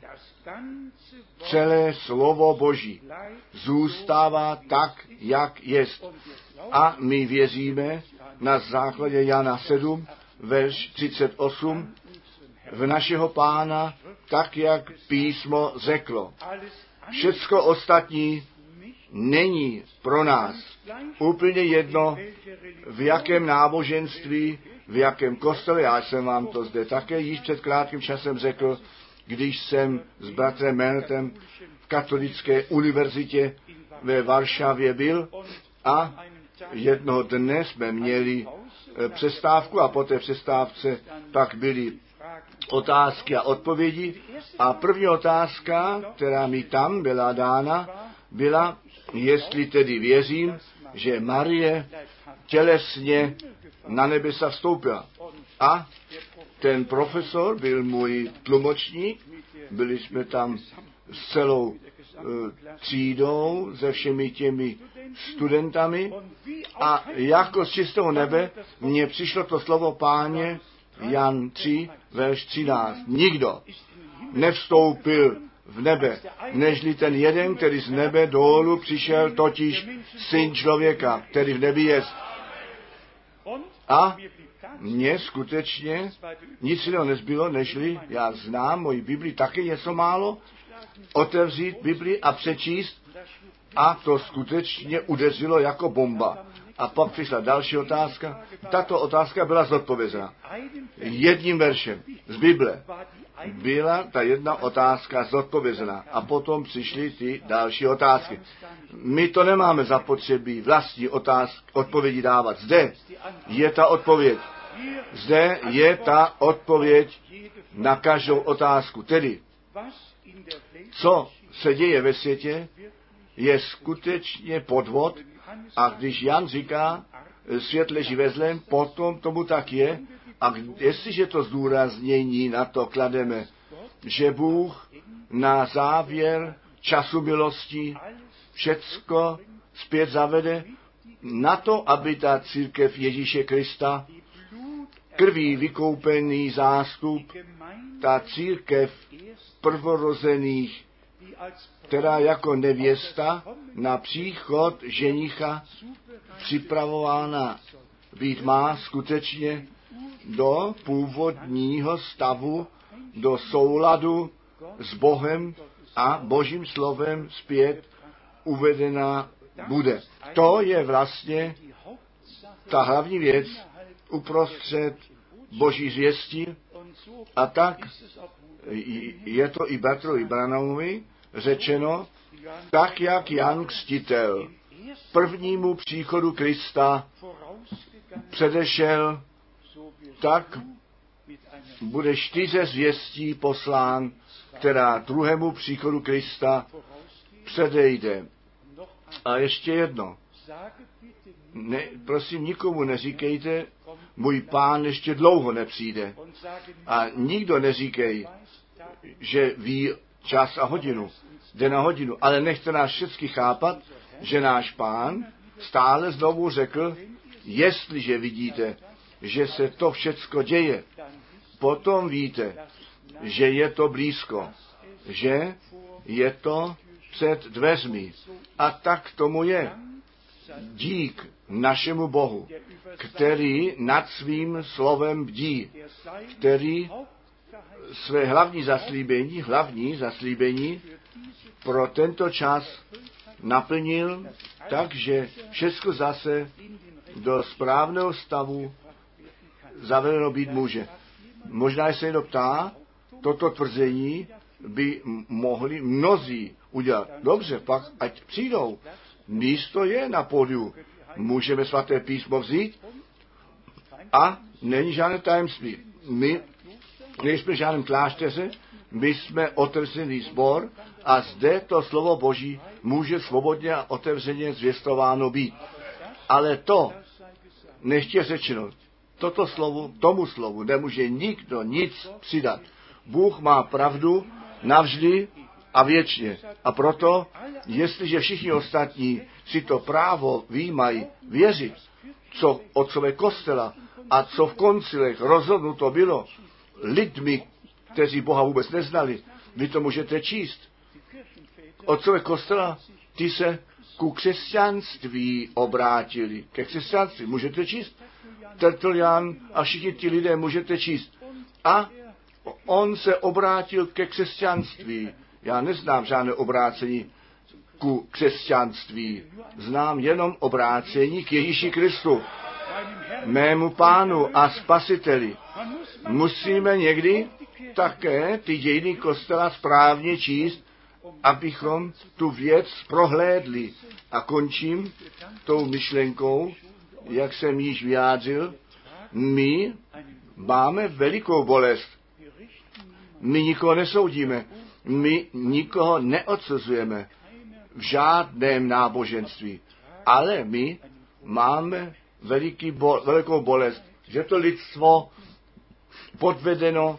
celé slovo Boží zůstává tak, jak jest. A my věříme na základě Jana 7, verš 38, v našeho Pána, tak, jak písmo řeklo. Všecko ostatní není pro nás úplně jedno, v jakém náboženství, v jakém kostele. Já jsem vám to zde také již před krátkým časem řekl, když jsem s bratrem Meltem v katolické univerzitě ve Varšavě byl a jednoho dne jsme měli přestávku a po té přestávce pak byly otázky a odpovědi. A první otázka, která mi tam byla dána, byla, jestli tedy věřím, že Marie tělesně na nebesa vstoupila. A ten profesor byl můj tlumočník, byli jsme tam s celou třídou, se všemi těmi studentami a jako z čistého nebe mně přišlo to slovo Páně, Jan 3, verš 13. Nikdo nevstoupil v nebe, nežli ten jeden, který z nebe dolů přišel, totiž Syn člověka, který v nebi jest. A mně skutečně nic jiného nezbylo, nežli, já znám moji Bibli taky něco málo, otevřít Bibli a přečíst a to skutečně udeřilo jako bomba. A pak přišla další otázka. Tato otázka byla zodpovězena. Jedním veršem z Bible byla ta jedna otázka zodpovězena. A potom přišly ty další otázky. My to nemáme zapotřebí vlastní odpovědi dávat. Zde je ta odpověď. Zde je ta odpověď na každou otázku. Tedy, co se děje ve světě, je skutečně podvod. A když Jan říká, svět leží ve zlém, potom tomu tak je. A jestliže to zdůraznění na to klademe, že Bůh na závěr času milosti všecko zpět zavede na to, aby ta církev Ježíše Krista, krví vykoupený zástup, ta církev prvorozených, která jako nevěsta na příchod ženicha připravována být má skutečně do původního stavu, do souladu s Bohem a Božím slovem zpět uvedena bude. To je vlastně ta hlavní věc uprostřed Boží zvěsti a tak je to i bratrovi Branhamovi řečeno, tak jak Jan Křtitel prvnímu příchodu Krista předešel, tak budeš ty ze zvěstí poslán, která druhému příchodu Krista předejde. A ještě jedno. Prosím, nikomu neříkejte, můj Pán ještě dlouho nepřijde. A nikdo neříkej, že ví čas a hodinu, den a hodinu. Ale nechte nás všechny chápat, že náš Pán stále znovu řekl, jestliže vidíte, že se to všecko děje, potom víte, že je to blízko, že je to před dveřmi. A tak tomu je. dík našemu Bohu, který nad svým slovem bdí, který své hlavní zaslíbení pro tento čas naplnil tak, že všechno zase do správného stavu zavedeno být může. Možná se někdo ptá, toto tvrzení by mohli mnozí udělat. Dobře, pak ať přijdou. Místo je na pódiu. Můžeme svaté písmo vzít a není žádné tajemství. My nejsme v žádném klášteře, my jsme otevřený sbor a zde to slovo Boží může svobodně a otevřeně zvěstováno být. Ale to, nechtě řečeno, tomu slovu nemůže nikdo nic přidat. Bůh má pravdu navždy a věčně. A proto, jestliže všichni ostatní si to právo výjímají věřit, co otcové kostela a co v koncilech rozhodnuto bylo lidmi, kteří Boha vůbec neznali, vy to můžete číst. Otcové kostela, ty se ku křesťanství obrátili. Ke křesťanství můžete číst. Tertullian a všichni ti lidé můžete číst. A on se obrátil ke křesťanství. Já neznám žádné obrácení ku křesťanství. Znám jenom obrácení k Ježíši Kristu, mému Pánu a Spasiteli. Musíme někdy také ty dějiny kostela správně číst, abychom tu věc prohlédli. A končím tou myšlenkou, jak jsem již vyjádřil, my máme velikou bolest. My nikoho nesoudíme, my nikoho neodsuzujeme v žádném náboženství, ale my máme velikou bolest, že to lidstvo podvedeno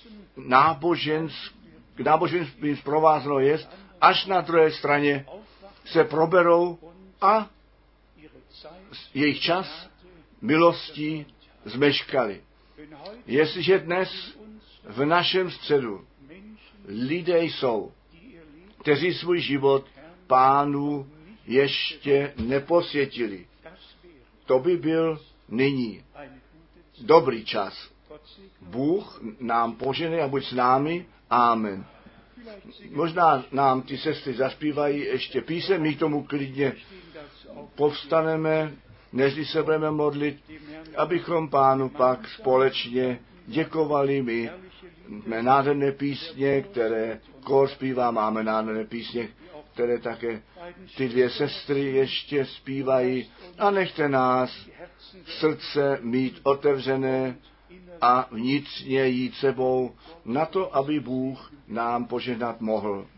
náboženstvím zprovázeno jest, až na druhé straně se proberou a jejich čas milostí zmeškali. Jestliže dnes v našem středu lidé jsou, kteří svůj život Pánu ještě neposvětili, to by byl nyní dobrý čas. Bůh nám požehnej a buď s námi. Amen. Možná nám ty sestry zaspívají ještě píseň, my k tomu klidně povstaneme, než se budeme modlit, abychom Pánu pak společně děkovali. My máme nádherné písně, které kór zpívá, máme nádherné písně, které také ty dvě sestry ještě zpívají. A nechte nás srdce mít otevřené a vnitřně jít sebou na to, aby Bůh nám požehnat mohl.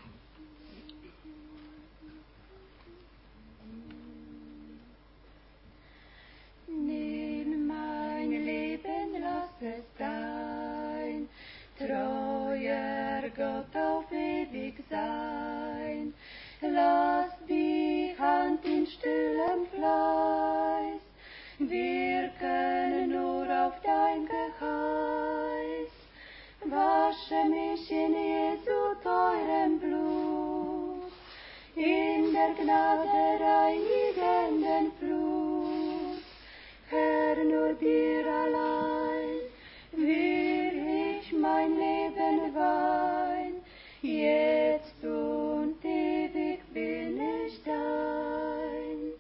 Nimm mein Leben, lass es dein treuer Gott auf ewig sein. Lass die Hand in stillem Fleiß wirken nur auf dein Geheiß. Wasche mich in Jesu teurem Blut, in der Gnade reinigenden Flut. Herr, nur dir allein will ich mein Leben weihen, jetzt und ewig bin ich dein.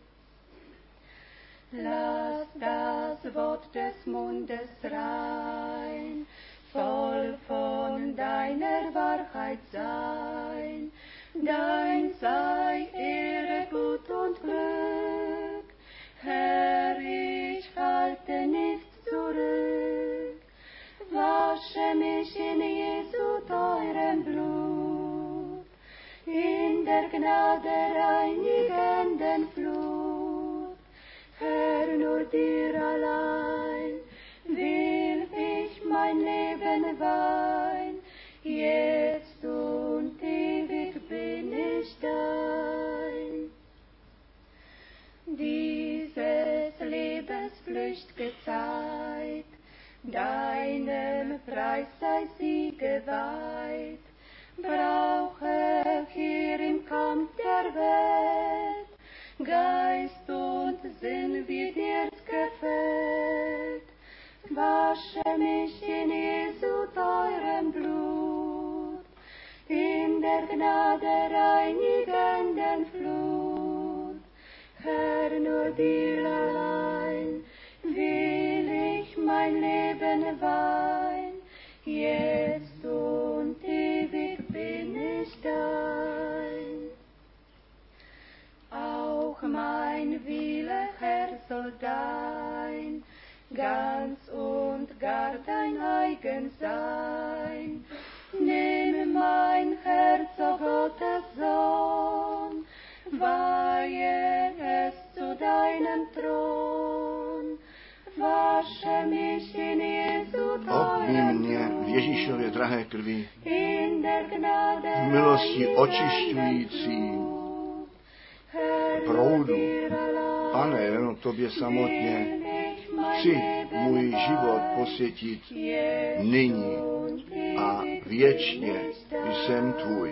Lass das Wort des Mundes rein, voll von deiner Wahrheit sein. Dein sei Ehre, Gut und Glück, Herr, ich halte nichts zurück. Wasche mich in Jesu teurem Blut, in der Gnade reinigenden Flut. Herr, nur dir allein will ich mein Leben weihen, jetzt und ewig bin ich dein. Dieses Lebens flücht'ge Zeit, deinem Preis sei sie geweiht, brauche hier im Kampf der Welt Geist Busen wird dir gefällt. Wasche mich in Jesu teurem Blut, in der Gnade reinigenden Flut. Herr, nur dir allein will ich mein Leben weihen, jetzt und ewig bin ich dein. Auch mein Wille, Herr, soll dein, ganz und gar dein eigen sein. Nehme mein Herz, o Gottes Sohn, weihe es zu deinem Thron. Wasche mich in Jesu Obmij mě v Ježíšově drahé krvi, in der Gnade v milosti očišťující proudu. Pane, jenom tobě samotně chci můj život posvětit nyní a věčně jsem tvůj.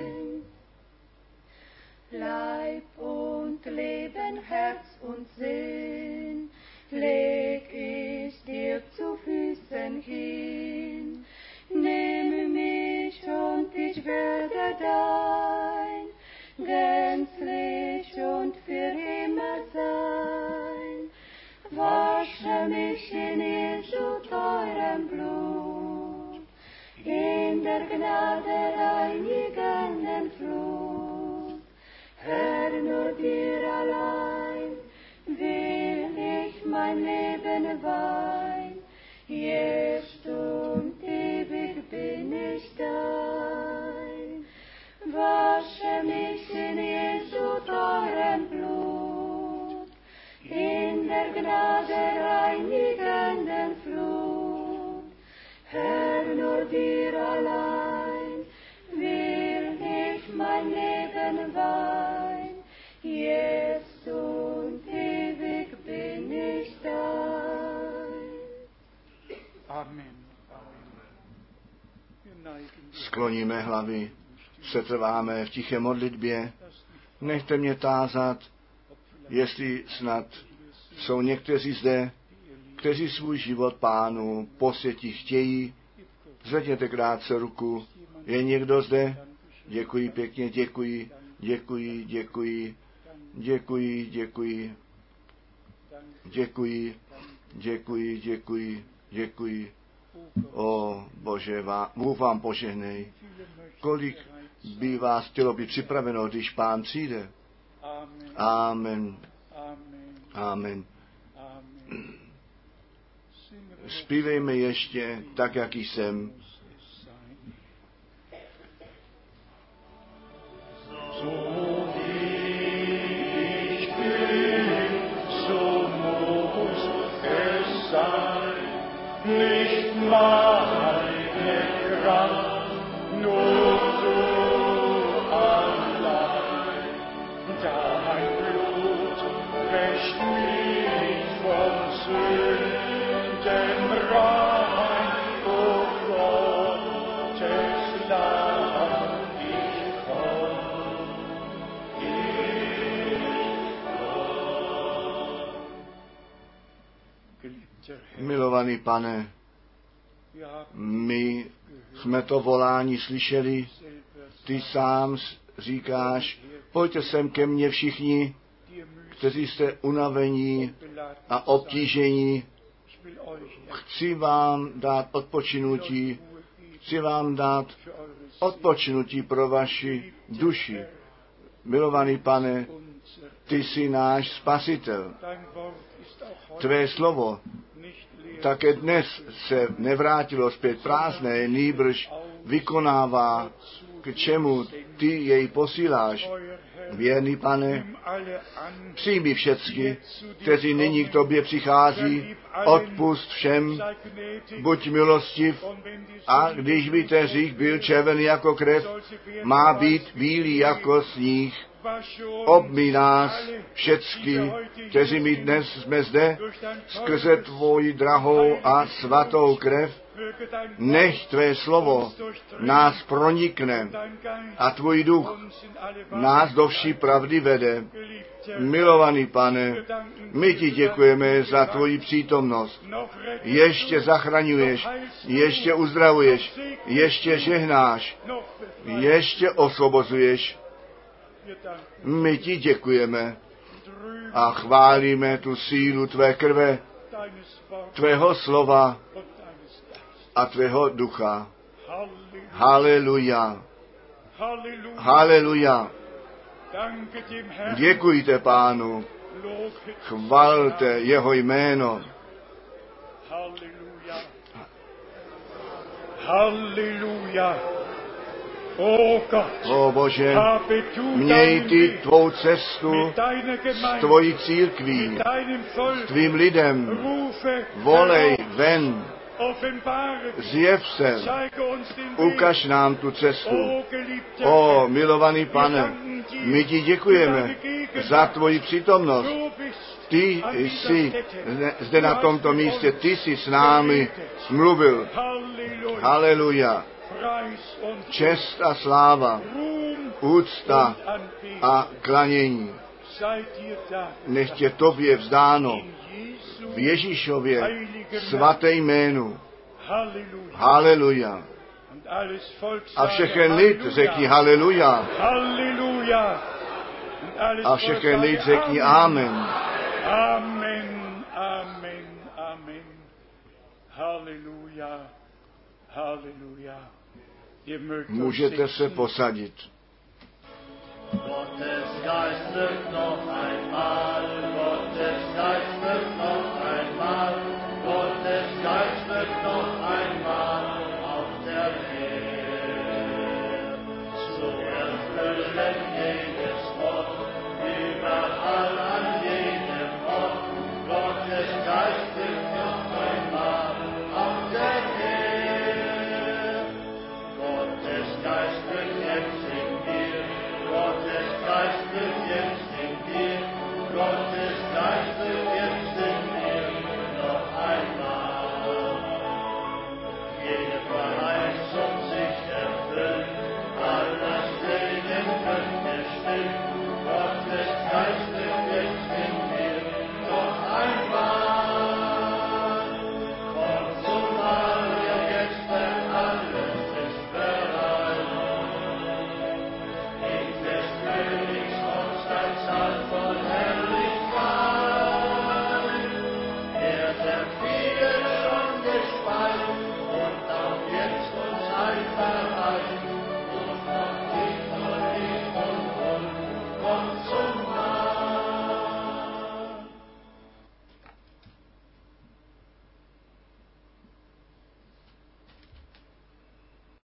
Leib und Leben, Herz und Sinn leg ich dir zu Füßen hin. Nimm mich und ich werde dein, gänzlich und für immer sein. Wasche mich in Jesu teurem Blut, in der Gnade reinigenden Flut. Herr, nur dir allein will ich mein Leben weihen, jetzt und ewig bin ich dein. Wasche mich in Jesu teurem Blut, in der Gnade reinigenden Flut. Herr, nur dir allein will ich mein Leben weihen, jetzt und ewig bin ich dein. Amen. Skloníme hlavy, setrváme v tiché modlitbě. Nechte mě tázat, jestli snad jsou někteří zde, kteří svůj život Pánu posvětit chtějí. Zvedněte krátce ruku. Je někdo zde? Děkuji pěkně, děkuji, děkuji, děkuji, děkuji, děkuji, děkuji, děkuji, děkuji, děkuji. O Bože, Bůh vám požehnej. Kolik by vás chtělo být připraveno, když Pán přijde? Amen. Amen. Zpívejme ještě tak, jak jsem. Nicht meine Kraft, nur du allein. Dein Blut wäscht mich von Sünden rein, o Gottes Lamm, ich komm, Milovaný Pane, my jsme to volání slyšeli, ty sám říkáš, pojďte sem ke mně všichni, kteří jste unavení a obtížení, chci vám dát odpočinutí, chci vám dát odpočinutí pro vaši duši. Milovaný Pane, ty jsi náš spasitel. Tvé slovo také dnes se nevrátilo zpět prázdné, nýbrž vykonává, k čemu ty jej posíláš. Věrný Pane, přijmi všecky, kteří nyní k tobě přichází, odpust všem, buď milostiv, a když by ten hřích byl červený jako krev, má být bílý jako sníh. Obmij nás všecky, kteří my dnes jsme zde, skrze tvoji drahou a svatou krev, Nech tvé slovo nás pronikne a tvůj duch nás do vší pravdy vede. Milovaný Pane, my ti děkujeme za tvoji přítomnost. Ještě zachraňuješ, ještě uzdravuješ, ještě žehnáš, ještě osvobozuješ. My ti děkujeme a chválíme tu sílu tvé krve, tvého slova a tvého ducha. Haleluja. Haleluja. Děkujte Pánu. Chvalte jeho jméno. Halleluja. O Bože, měj ty tvou cestu s tvojí církví, s tvým lidem. Volej ven, zjev se, ukaž nám tu cestu. O milovaný Pane, my ti děkujeme za tvoji přítomnost. Ty jsi zde na tomto místě, ty jsi s námi mluvil. Haleluja. Čest a sláva, úcta a klanění. Nech tě tobě vzdáno v Ježíšově svaté jménu. Haleluja. A všechen lid řekni haleluja. A všechen lid řekni amen. Amen, amen, amen. Halleluja, halleluja. Můžete se posadit. Gottes Geist wirkt noch einmal.